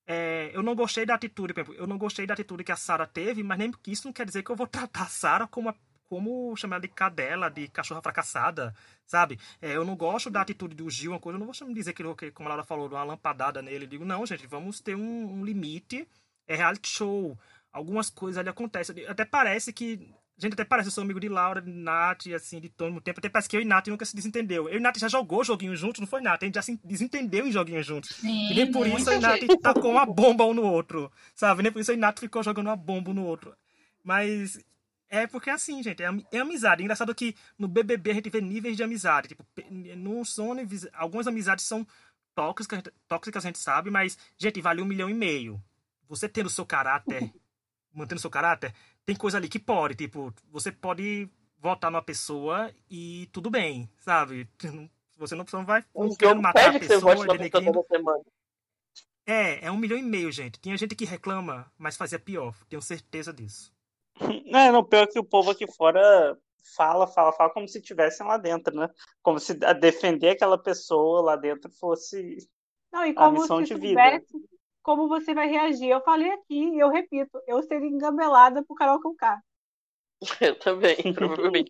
eu não gostei da atitude, por exemplo, eu não gostei da atitude que a Sara teve, mas nem que isso não quer dizer que eu vou tratar a Sara como como chamar ela de cadela, de cachorra fracassada, sabe? Eu não gosto da atitude do Gil, uma coisa, eu não vou dizer que, como a Laura falou, uma lampadada nele. Eu digo, não, gente, vamos ter um limite. É reality show. Algumas coisas ali acontecem. Até parece que... Gente, até parece, eu sou amigo de Laura, de Nath, assim, de todo o tempo. Até parece que eu e Nath nunca se desentendeu. Eu e Nath já jogou joguinho juntos, não foi, Nath? A gente já se desentendeu em joguinho juntos. Sim, E nem por isso eu e Nath tacou uma bomba um no outro, sabe? Nem por isso eu e Nath ficou jogando uma bomba um no outro. Mas é porque é assim, gente, é amizade. Engraçado que no BBB a gente vê níveis de amizade. Tipo, não são... Algumas amizades são tóxicas, a gente sabe, mas, gente, vale 1,5 milhão. Você tendo o seu caráter, mantendo o seu caráter... Tem coisa ali que pode, tipo, você pode votar numa pessoa e tudo bem, sabe? Você não vai querendo matar a pessoa, denegrindo. É 1,5 milhão, gente. Tinha gente que reclama, mas fazia pior. Tenho certeza disso. Não, pior que o povo aqui fora fala como se estivessem lá dentro, né? Como se defender aquela pessoa lá dentro fosse Não, e a como missão se de vida. soubesse como você vai reagir. Eu falei aqui e eu repito, eu seria engambelada por Carol Conká. Eu também, provavelmente.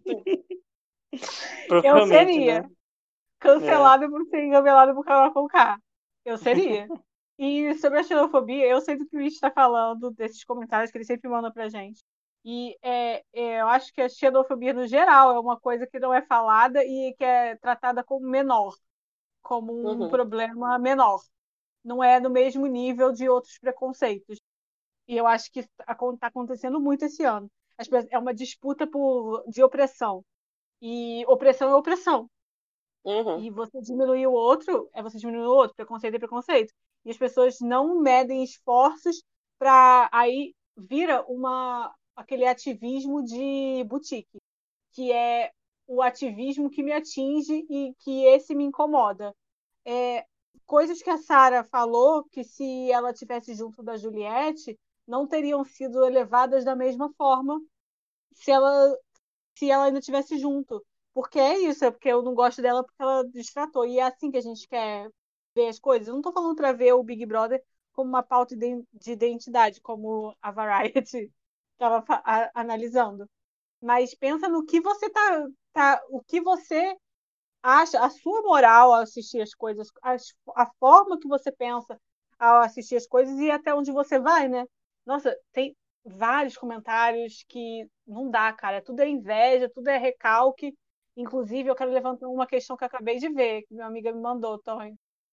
Eu seria Né? cancelada por ser engambelada por Carol Conká. Eu seria. E sobre a xenofobia, eu sei do que o Luiz está falando, desses comentários que ele sempre manda pra gente. E eu acho que a xenofobia, no geral, é uma coisa que não é falada e que é tratada como menor, como um problema menor. Não é no mesmo nível de outros preconceitos. E eu acho que está acontecendo muito esse ano. É uma disputa de opressão. E opressão é opressão. E você diminuir o outro, você diminuir o outro. Preconceito é preconceito. E as pessoas não medem esforços para aí vira aquele ativismo de boutique, que é o ativismo que me atinge e que esse me incomoda. Coisas que a Sarah falou que se ela tivesse junto da Juliette não teriam sido elevadas da mesma forma se ela ainda tivesse junto. Porque é isso, é porque eu não gosto dela porque ela destratou. E é assim que a gente quer ver as coisas. Eu não estou falando para ver o Big Brother como uma pauta de identidade, como a Variety estava analisando. Mas pensa no que você o que você acha, a sua moral ao assistir as coisas, a forma que você pensa ao assistir as coisas e até onde você vai, né? Nossa, tem vários comentários que não dá, cara. Tudo é inveja, tudo é recalque. Inclusive, eu quero levantar uma questão que eu acabei de ver, que minha amiga me mandou, Tony.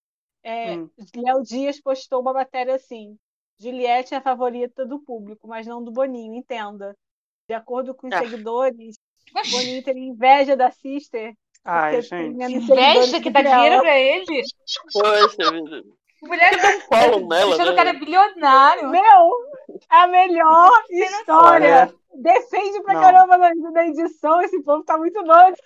Léo Dias postou uma matéria assim: Juliette é a favorita do público, mas não do Boninho, entenda. De acordo com os seguidores, Boninho teria inveja da Sister. Ai, gente. Inveja que dá dinheiro pra ele? Poxa vida. Mulher nela, o cara é bilionário. Meu, a melhor história. Defende pra caramba na edição, esse povo tá muito doido.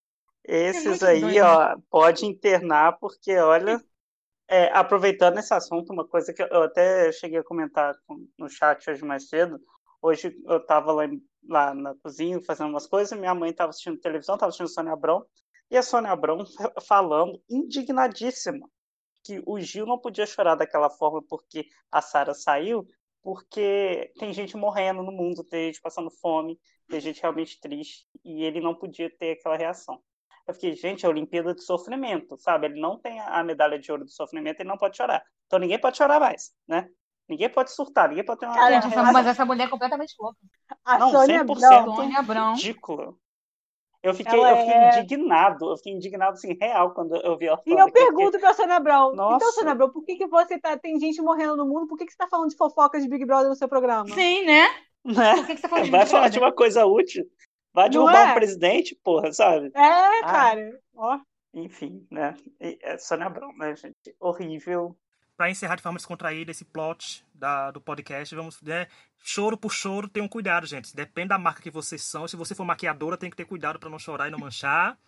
Esses aí, ó, pode internar, porque, olha, aproveitando esse assunto, uma coisa que eu até cheguei a comentar no chat hoje mais cedo. Hoje eu tava lá na cozinha fazendo umas coisas, minha mãe tava assistindo televisão, tava assistindo Sônia Abrão, e a Sônia Abrão falando, indignadíssima, que o Gil não podia chorar daquela forma porque a Sarah saiu, porque tem gente morrendo no mundo, tem gente passando fome, tem gente realmente triste, e ele não podia ter aquela reação. Eu fiquei, gente, é a Olimpíada de Sofrimento, sabe? Ele não tem a medalha de ouro do sofrimento, ele não pode chorar. Então ninguém pode chorar mais, né? Ninguém pode surtar, ninguém pode ter uma reação. Mas essa mulher é completamente louca. A Sônia 100% ridícula. Eu fiquei indignado. Eu fiquei indignado, assim, real, quando eu vi ela falando. E eu pergunto pra Sônia Abrão. Nossa. Então, Sônia Abrão, por que você tem gente morrendo no mundo? Por que você tá falando de fofoca de Big Brother no seu programa? Sim, né? Por que você tá falando de Big Brother? Vai falar de uma coisa útil. Vai derrubar um presidente, porra, sabe? Cara. Ó. Enfim, né? Sônia Abrão, né, gente? Horrível. Pra encerrar de forma descontraída esse plot do podcast, vamos, né? Choro por choro, tenham cuidado, gente. Depende da marca que vocês são. Se você for maquiadora, tem que ter cuidado pra não chorar e não manchar.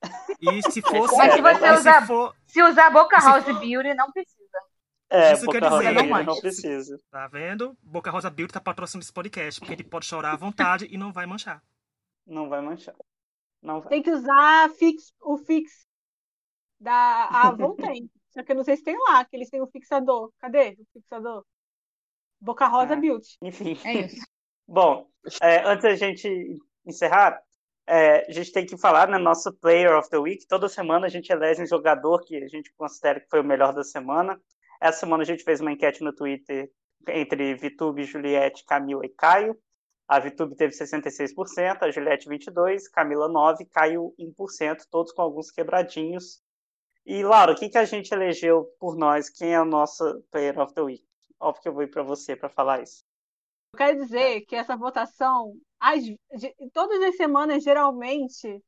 E se fosse... Mas se você se usar Boca House Beauty, não precisa. Isso Boca quer dizer, Rosa não precisa. Tá vendo? Boca Rosa Beauty tá patrocinando esse podcast, porque a gente pode chorar à vontade e não vai manchar. Não vai manchar. Não vai. Tem que usar o fix da Avon tem. Só que eu não sei se tem lá, que eles têm o fixador. Cadê o fixador? Boca Rosa Beauty. Enfim. É isso. Bom, antes da gente encerrar, a gente tem que falar, né, nosso Player of the Week. Toda semana a gente elege um jogador que a gente considera que foi o melhor da semana. Essa semana a gente fez uma enquete no Twitter entre Vitube, Juliette, Camila e Caio. A Vitube teve 66%, a Juliette 22%, Camila 9%, Caio 1%, todos com alguns quebradinhos. E, Laura, quem que a gente elegeu por nós? Quem é o nosso Player of the Week? Óbvio que eu vou ir para você para falar isso. Eu quero dizer que essa votação, todas as semanas, geralmente,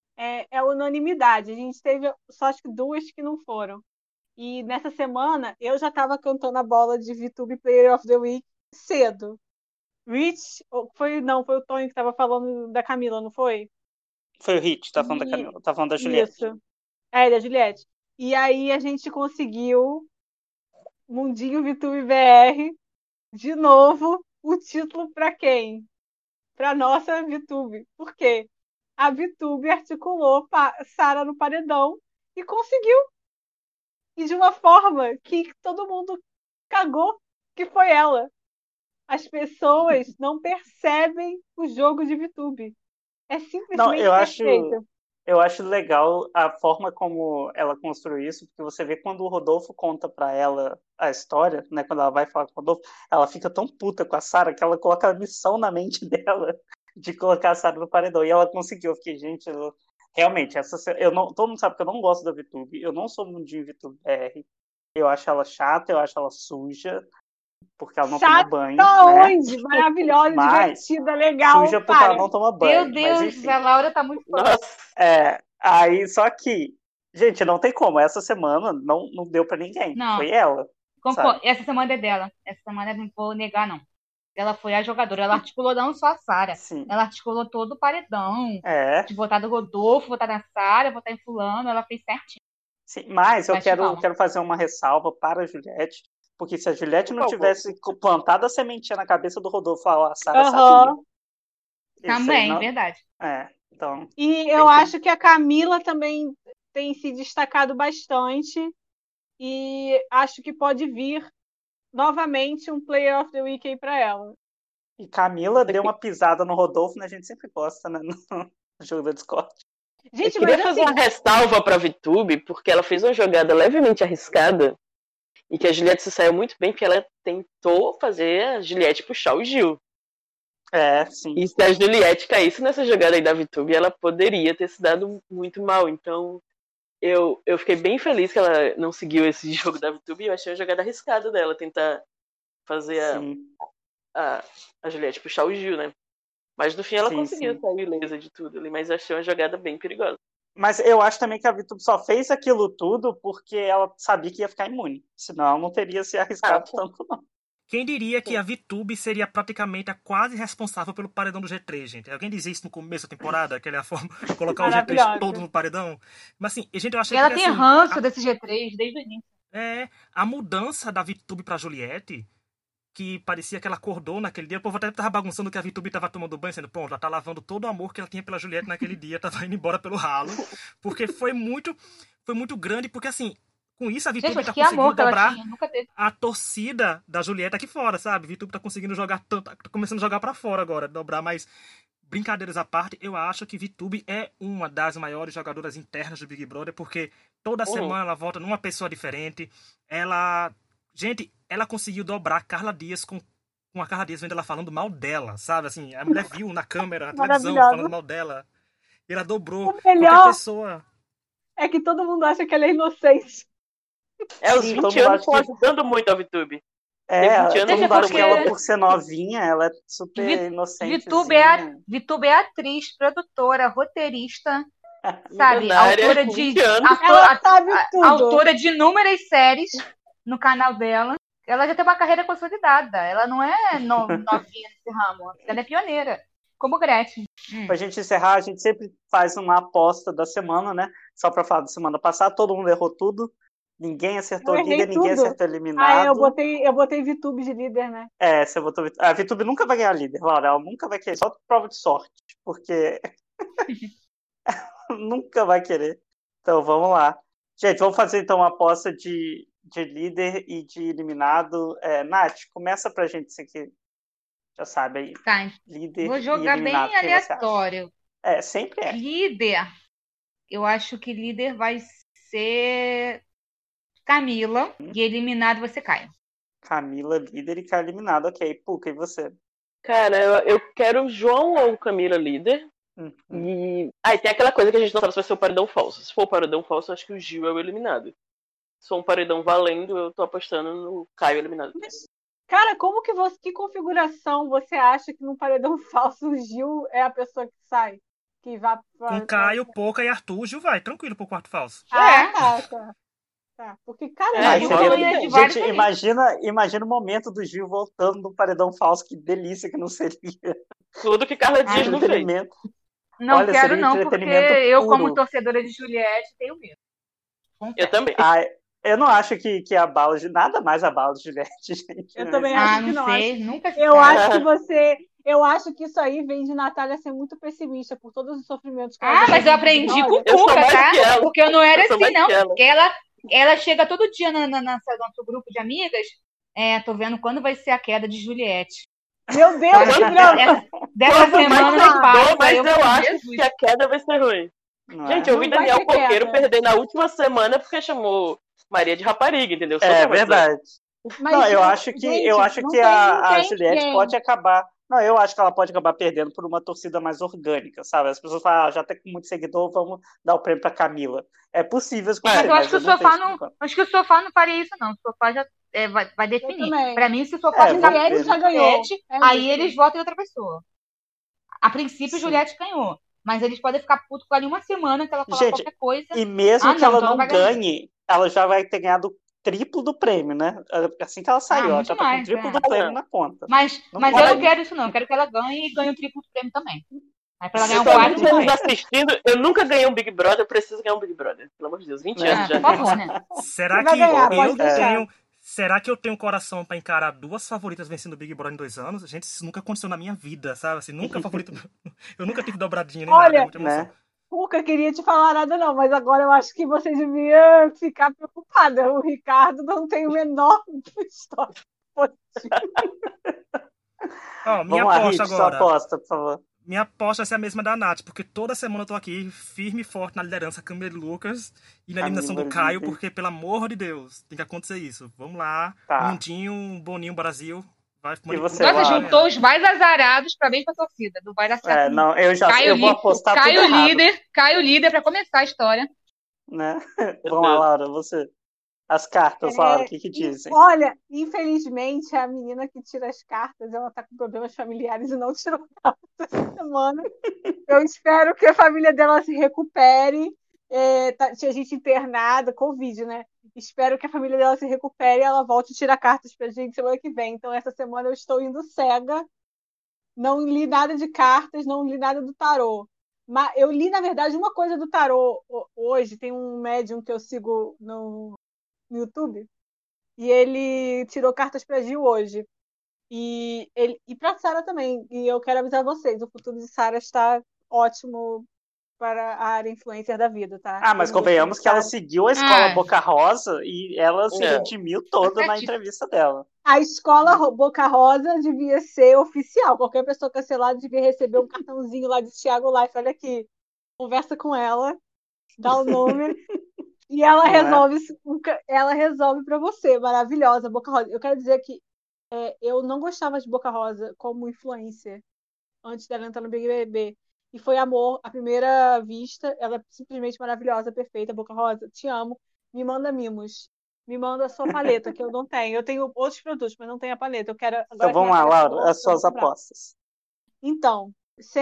é unanimidade. A gente teve só acho que 2 que não foram. E nessa semana, eu já estava cantando a bola de VTube Player of the Week cedo. Rich, foi o Tony que estava falando da Camila, não foi? Foi o Hit, tá falando da Camila, tá falando da Juliette. Isso, da Juliette. E aí a gente conseguiu, Mundinho VTube BR, de novo, o título para quem? Para nossa VTube. Por quê? A VTube articulou Sara no paredão e conseguiu. E de uma forma que todo mundo cagou, que foi ela. As pessoas não percebem o jogo de VTube. É simplesmente perfeito. Eu acho legal a forma como ela construiu isso, porque você vê quando o Rodolfo conta pra ela a história, né? Quando ela vai falar com o Rodolfo, ela fica tão puta com a Sara que ela coloca a missão na mente dela de colocar a Sara no paredão. E ela conseguiu. Eu fiquei, gente, realmente, todo mundo sabe que eu não gosto da VTube. Eu não sou mundinho VTube BR. Eu acho ela chata, eu acho ela suja. Porque ela não toma banho. Onde? Né? Maravilhosa, divertida, legal. Suja porque ela não toma banho. Meu Deus, mas, enfim, a Laura tá muito fã. Aí, só que, gente, não tem como. Essa semana não deu pra ninguém. Não. Foi ela. Essa semana é dela. Essa semana eu não vou negar, não. Ela foi a jogadora. Ela articulou não só a Sara. Ela articulou todo o paredão. De votar do Rodolfo, votar na Sara, votar em fulano. Ela fez certinho. Sim, mas eu quero fazer uma ressalva para a Juliette. Porque se a Juliette não tivesse plantado a sementinha na cabeça do Rodolfo, a Sara sabia. Também, verdade. Então, e eu acho que a Camila também tem se destacado bastante. E acho que pode vir novamente um Player of the Week aí pra ela. E Camila deu uma pisada no Rodolfo, né? A gente sempre gosta, né? No jogo da Discord. Gente, eu queria fazer uma ressalva pra VTube, porque ela fez uma jogada levemente arriscada. E que a Juliette se saiu muito bem, porque ela tentou fazer a Juliette puxar o Gil. Sim. E se a Juliette caísse nessa jogada aí da VTube, ela poderia ter se dado muito mal. Então, eu fiquei bem feliz que ela não seguiu esse jogo da VTube. E eu achei uma jogada arriscada dela, tentar fazer a Juliette puxar o Gil, né? Mas no fim ela conseguiu sair ilesa de tudo ali. Mas eu achei uma jogada bem perigosa. Mas eu acho também que a VTube só fez aquilo tudo porque ela sabia que ia ficar imune. Senão ela não teria se arriscado tanto, não. Quem diria que a VTube seria praticamente a quase responsável pelo paredão do G3, gente? Alguém dizia isso no começo da temporada, que ele é a forma de colocar o G3 todo no paredão? Mas assim, gente, eu achei que ela tem ranço desse G3 desde o início. A mudança da VTube pra Juliette, que parecia que ela acordou naquele dia. O povo até tava bagunçando que a VTube tava tomando banho, sendo, pronto, ela tá lavando todo o amor que ela tinha pela Juliette naquele dia, tava indo embora pelo ralo. Porque foi muito grande, porque assim, com isso a VTube tá conseguindo dobrar a torcida da Juliette aqui fora, sabe? A VTube tá conseguindo jogar tanto, tá começando a jogar pra fora agora, dobrar, mas brincadeiras à parte, eu acho que VTube é uma das maiores jogadoras internas do Big Brother, porque toda semana ela volta numa pessoa diferente, ela conseguiu dobrar a Carla Dias com a Carla Dias vendo ela falando mal dela, sabe? Assim, a mulher viu na câmera, na televisão, falando mal dela. E ela dobrou qualquer pessoa. É que todo mundo acha que ela é inocente. Os 20 anos estão ajudando muito a VTube. Todo mundo acha que ela, por ser novinha, ela é super inocente. VTube é atriz, produtora, roteirista, sabe? Autora de inúmeras séries no canal dela. Ela já tem uma carreira consolidada. Ela não é novinha nesse ramo. Ela é pioneira. Como Gretchen. Pra gente encerrar, a gente sempre faz uma aposta da semana, né? Só pra falar da semana passada, todo mundo errou tudo. Ninguém acertou líder, ninguém acertou eliminado. Eu botei VTube de líder, né? Você botou a VTube nunca vai ganhar líder, Laura. Ela nunca vai querer, só prova de sorte. Porque nunca vai querer. Então, vamos lá. Gente, vamos fazer então uma aposta de líder e de eliminado. Nath, começa pra gente, você que já sabe aí. Tá, líder vou jogar e eliminado, bem aleatório. Sempre é. Líder, eu acho que líder vai ser Camila e eliminado você cai. Camila, líder e Caio eliminado. Ok, Puca, e você? Cara, eu quero o João ou Camila líder. Uhum. E tem aquela coisa que a gente não sabe se vai ser o paredão falso. Se for o paredão falso, eu acho que o Gil é o eliminado. Se for um paredão valendo, eu tô apostando no Caio eliminado. Mas, cara, que configuração você acha que num paredão falso o Gil é a pessoa que sai? Que vai Com Caio, Poca e Arthur, o Gil vai tranquilo pro quarto falso. Tá. Porque, cara, É, Gil seria ganha muito de bem. vários Gente, imagina o momento do Gil voltando no paredão falso. Que delícia que não seria. Tudo que Carla Dias não fez. Entretenimento. Não Olha, quero seria não, porque entretenimento eu, puro. como torcedora de Juliette, tenho medo. Eu também. Eu não acho que abala de nada mais abala de Juliette, gente. Eu também acho que não não. sei, nunca se Eu sabe. acho eu acho que isso aí vem de Natália ser muito pessimista por todos os sofrimentos que ela já Mas eu teve. aprendi com o Eu sou Cuca, mais tá? que ela. Porque eu não era Eu sou assim, mais que não. ela. Porque ela chega todo dia no nosso grupo de amigas. Tô vendo quando vai ser a queda de Juliette. Meu Deus, que drama! Dessa Quanto mais semana não passa. mas eu acho Jesus. que a queda vai ser ruim. Não Gente, é? eu vi Não vai Daniel ter queda. Coqueiro perder na última semana porque chamou Maria de rapariga, entendeu? Só É pra você. verdade. Mas, Não, eu acho que, gente, eu acho não que tem a ninguém. Juliette pode acabar. Não, eu acho que ela pode acabar perdendo por uma torcida mais orgânica, sabe? As pessoas falam, já tá com muito seguidor, vamos dar o prêmio pra Camila. É possível isso Mas acontecer, eu acho que o não sofá tenho não. Acho que o sofá não faria isso, não. O sofá já vai definir. também. Pra mim, se o sofá vamos ficar ver. com Já ganhou. Juliette, aí eles votam em outra pessoa. A princípio, Sim. Juliette ganhou. Mas eles podem ficar putos com ela em uma semana que ela falar Gente, qualquer coisa. E mesmo que ela então não vai ganhar. ganhe, ela já vai ter ganhado o triplo do prêmio, né? Assim que ela saiu, ela muito já tá com o mais, triplo do prêmio na conta. Mas Não eu pode. não quero isso, não. Eu quero que ela ganhe e ganhe o triplo do prêmio também. Aí pra ela ganhar um Pra quadro, muitos não anos vai. assistindo, eu nunca ganhei um Big Brother, eu preciso ganhar um Big Brother. Pelo amor de Deus, 20 anos já. Por favor, né? Será Você vai que ganhar, pode eu deixar. tenho... Será que eu tenho coração pra encarar duas favoritas vencendo o Big Brother em 2 anos? Gente, isso nunca aconteceu na minha vida, sabe? Assim, nunca favorito... Eu nunca tive dobradinha nem nada, é muita emoção. Né? Nunca queria te falar nada, não, mas agora eu acho que você devia ficar preocupada. O Ricardo não tem o menor história positiva. Ó, minha Vamos lá, aposta Rit, sua agora. aposta, por favor. Minha aposta vai ser a mesma da Nath, porque toda semana eu tô aqui firme e forte na liderança Camila e Lucas e na eliminação do Camila Caio, líder. porque, pelo amor de Deus, tem que acontecer isso. Vamos lá, Tá. Mundinho, Boninho, Brasil. Vai você, Nossa, Laura? juntou os mais azarados pra bem pra torcida. Não vai dar certo. Não, eu vou apostar tudo errado. Caio líder pra começar a história. Né? Vamos lá, Laura, você. As cartas, Laura, o que dizem? Olha, infelizmente, a menina que tira as cartas, ela tá com problemas familiares e não tirou cartas essa semana. Eu espero que a família dela se recupere. Tinha gente internada, Covid, né? Espero que a família dela se recupere e ela volte a tirar cartas pra gente semana que vem. Então, essa semana eu estou indo cega. Não li nada de cartas, não li nada do tarô. Mas eu li, na verdade, uma coisa do tarô hoje. Tem um médium que eu sigo no YouTube e ele tirou cartas pra Gil hoje. E pra Sara também. E eu quero avisar vocês, o futuro de Sara está ótimo para a área influencer da vida, tá? Mas convenhamos que ela seguiu a escola Boca Rosa e ela se redimiu toda na entrevista dela. A escola Boca Rosa devia ser oficial. Qualquer pessoa cancelada devia receber um cartãozinho lá de Thiago Life. Olha aqui, conversa com ela, dá o número e ela resolve para você. Maravilhosa, Boca Rosa. Eu quero dizer que eu não gostava de Boca Rosa como influencer antes dela entrar no Big BBB. E foi amor à primeira vista. Ela é simplesmente maravilhosa, perfeita. Boca Rosa, te amo. Me manda mimos. Me manda a sua paleta, que eu não tenho. Eu tenho outros produtos, mas não tenho a paleta. Eu quero agora. Então vamos lá, Laura, as suas apostas. Então,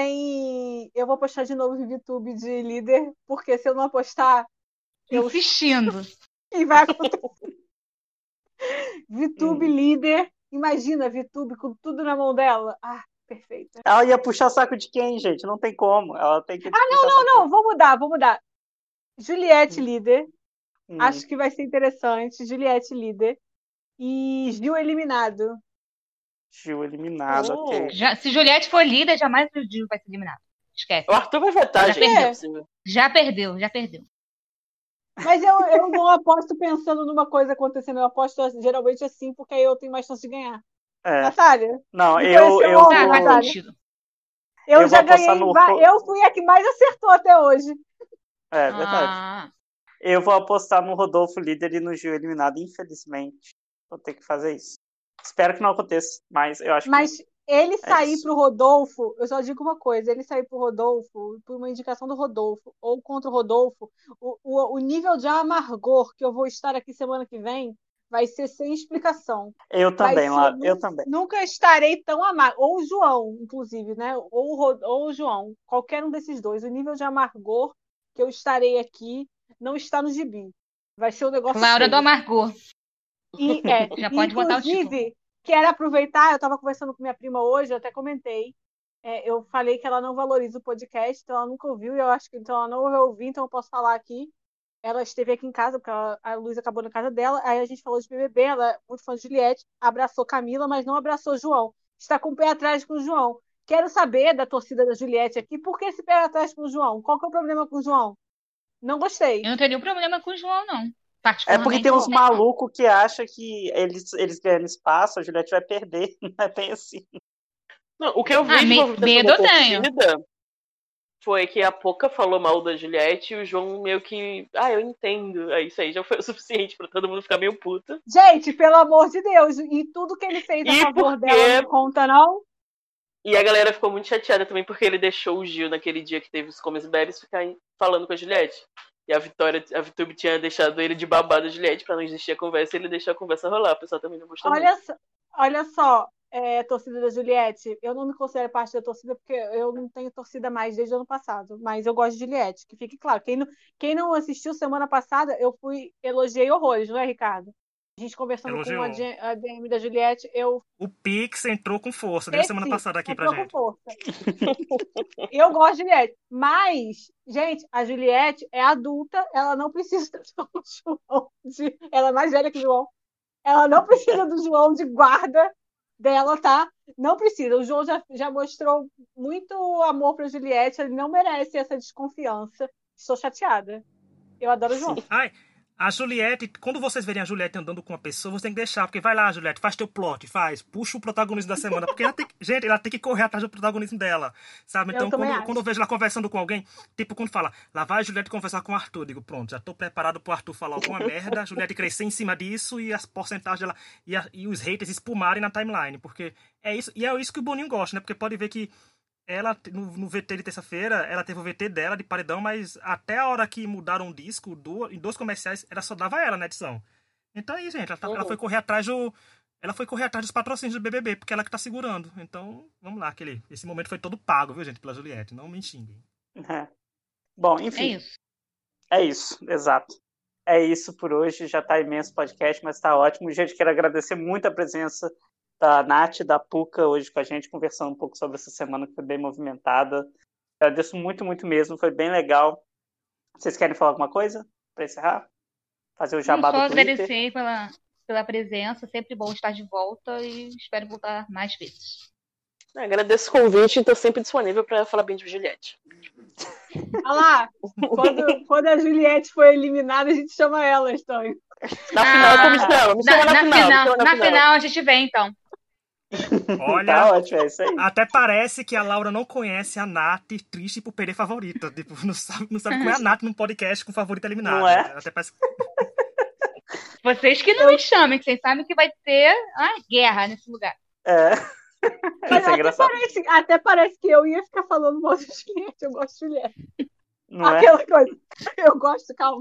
eu vou apostar de novo em VTube de líder, porque se eu não apostar, insistindo. E vai acontecer. VTube líder. Imagina, VTube com tudo na mão dela. Perfeita. Ela ia puxar saco de quem, gente? Não tem como. Ela tem que. Não. Vou mudar. Juliette líder. Acho que vai ser interessante. Juliette líder. E Gil eliminado. Ok. Se Juliette for líder, jamais o Gil vai ser eliminado. Esquece. O Arthur vai votar, gente. Já perdeu. Mas eu não aposto pensando numa coisa acontecendo. Eu aposto geralmente assim, porque aí eu tenho mais chance de ganhar. Natália? Não, Eu vou já apostar ganhei. no Eu fui a que mais acertou até hoje. É verdade. Ah, Eu vou apostar no Rodolfo líder e no Gil eliminado, infelizmente. Vou ter que fazer isso. Espero que não aconteça, mas eu acho Mas que ele é sair isso. pro Rodolfo, eu só digo uma coisa, ele sair pro Rodolfo, por uma indicação do Rodolfo, ou contra o Rodolfo, o nível de amargor que eu vou estar aqui semana que vem vai ser sem explicação. Eu Vai também, ser, Lara. Eu também. nunca estarei tão amargo. Ou o João, inclusive, né? Ou o João. Qualquer um desses dois. O nível de amargor que eu estarei aqui não está no gibi. Vai ser um negócio Laura do feio. Amargor. Já pode botar o título. Inclusive, quero aproveitar, eu estava conversando com minha prima hoje, eu até comentei. Eu falei que ela não valoriza o podcast, então ela nunca ouviu, e eu acho que então ela não vai ouvir, então eu posso falar aqui. Ela esteve aqui em casa, porque a Luísa acabou na casa dela, aí a gente falou de BBB, ela é muito fã de Juliette, abraçou Camila, mas não abraçou João. Está com o pé atrás com o João. Quero saber da torcida da Juliette aqui, por que esse pé atrás com o João? Qual que é o problema com o João? Não gostei. Eu não teria nenhum problema com o João, não. É porque Particularmente. tem uns não. malucos que acham que eles ganhando espaço, a Juliette vai perder. Não é bem assim. Não, o que eu vi de movimentação medo da eu tenho. torcida foi que a Poca falou mal da Juliette e o João meio que. Ah, eu entendo. Isso aí já foi o suficiente pra todo mundo ficar meio puta. Gente, pelo amor de Deus, e tudo que ele fez a E favor porque- dela não conta, não? E a galera ficou muito chateada também porque ele deixou o Gil naquele dia que teve os Comes Bebes ficar falando com a Juliette. E a VTube tinha deixado ele de babado da Juliette pra não existir a conversa e ele deixou a conversa rolar. O pessoal também não gostou muito. Olha só, torcida da Juliette, eu não me considero parte da torcida porque eu não tenho torcida mais desde o ano passado, mas eu gosto de Juliette, que fique claro. Quem não assistiu semana passada, eu elogiei horrores, não é, Ricardo? A gente conversando Elogiou. com a DM da Juliette, O Pix entrou com força desde semana passada aqui pra entrou gente. com força. Eu gosto de Juliette, mas, gente, a Juliette é adulta, ela não precisa do João. Ela é mais velha que o João. Ela não precisa do João de guarda dela, tá? Não precisa. O João já mostrou muito amor pra Juliette, ele não merece essa desconfiança. Estou chateada. Eu adoro o João. Ai, a Juliette, quando vocês verem a Juliette andando com uma pessoa, você tem que deixar, porque vai lá, Juliette, faz teu plot, puxa o protagonismo da semana, porque ela tem que correr atrás do protagonismo dela, sabe? Então, quando eu vejo ela conversando com alguém, tipo, quando fala, lá vai a Juliette conversar com o Arthur, eu digo, pronto, já tô preparado pro Arthur falar alguma merda, a Juliette crescer em cima disso e as porcentagens dela, e os haters espumarem na timeline, porque é isso, e é isso que o Boninho gosta, né? Porque pode ver que ela, no VT de terça-feira, ela teve o VT dela de paredão, mas até a hora que mudaram o disco, em 2 comerciais, ela só dava ela na edição. Então é isso, gente. Ela foi correr atrás dos patrocínios do BBB, porque ela que tá segurando. Então, vamos lá, esse momento foi todo pago, viu, gente, pela Juliette. Não me xinguem. Bom, enfim. É isso, exato. É isso por hoje. Já tá imenso o podcast, mas tá ótimo. Gente, quero agradecer muito a presença da Nath, da Puca, hoje com a gente, conversando um pouco sobre essa semana que foi bem movimentada. Agradeço muito, muito mesmo, foi bem legal. Vocês querem falar alguma coisa para encerrar? Fazer o jabá do Twitter? Só agradecer pela presença, sempre bom estar de volta e espero voltar mais vezes. Agradeço o convite e estou sempre disponível para falar bem de Juliette. Olha lá, quando a Juliette foi eliminada, a gente chama ela, então. Na final, me chama na final a gente vem, então. Olha, tá ótimo, é isso aí. Até parece que a Laura não conhece a Nath triste por perder favorita. Tipo, não sabe como é a Nath num podcast com favorita eliminada. Não é? Até parece... Vocês que não me chamem, que vocês sabem que vai ter guerra nesse lugar. Mas até parece que eu ia ficar falando mal de Juliette. Eu gosto de Juliette. Não Aquela coisa. Eu gosto, calma.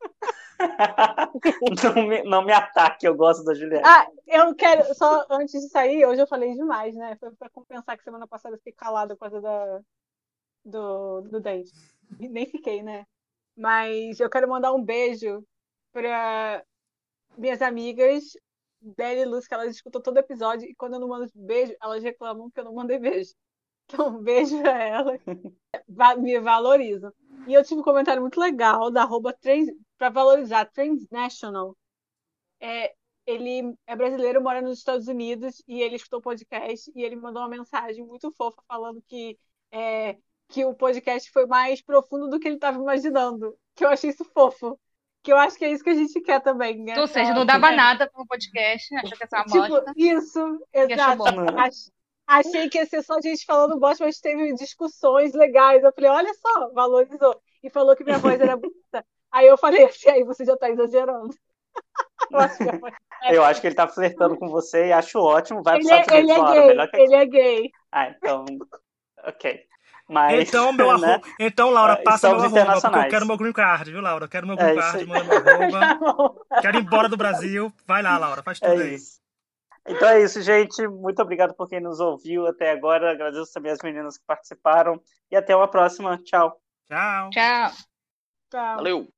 Não me ataque, eu gosto da Juliette. Eu quero, só antes de sair, hoje eu falei demais, né? Foi pra compensar que semana passada eu fiquei calada por causa do dente. Nem fiquei, né? Mas eu quero mandar um beijo pra minhas amigas Bela e Luz, que elas escutam todo episódio e quando eu não mando beijo, elas reclamam que eu não mandei beijo. Então, um beijo pra elas. Me valorizam. E eu tive um comentário muito legal da para valorizar Transnational. Ele é brasileiro, mora nos Estados Unidos e ele escutou o podcast e ele mandou uma mensagem muito fofa falando que o podcast foi mais profundo do que ele estava imaginando. Que eu achei isso fofo. Que eu acho que é isso que a gente quer também. Né? Ou seja, não dava nada com o podcast, achou que ia ser uma bosta. Isso, exato. Achei que ia ser só gente falando bosta, mas teve discussões legais. Eu falei, olha só, valorizou. E falou que minha voz era bonita. Aí eu falei assim, aí você já tá exagerando. Eu acho que minha voz é Eu acho que ele tá flertando com você e acho ótimo. Vai pros ele Estados Unidos, Laura, gay, melhor que aqui. ele é gay. Ah, então, ok. Mas, Então, né, então, Laura, passa meu estamos arroba, porque eu internacionais. quero meu green card, viu, Laura? Eu quero meu green É isso card, aí. manda meu arroba. Tá bom. Quero ir embora do Brasil. Vai lá, Laura, faz tudo É aí. isso. Então é isso, gente. Muito obrigado por quem nos ouviu até agora. Agradeço também as meninas que participaram. E até uma próxima. Tchau. Tchau. Tchau. Tchau. Valeu!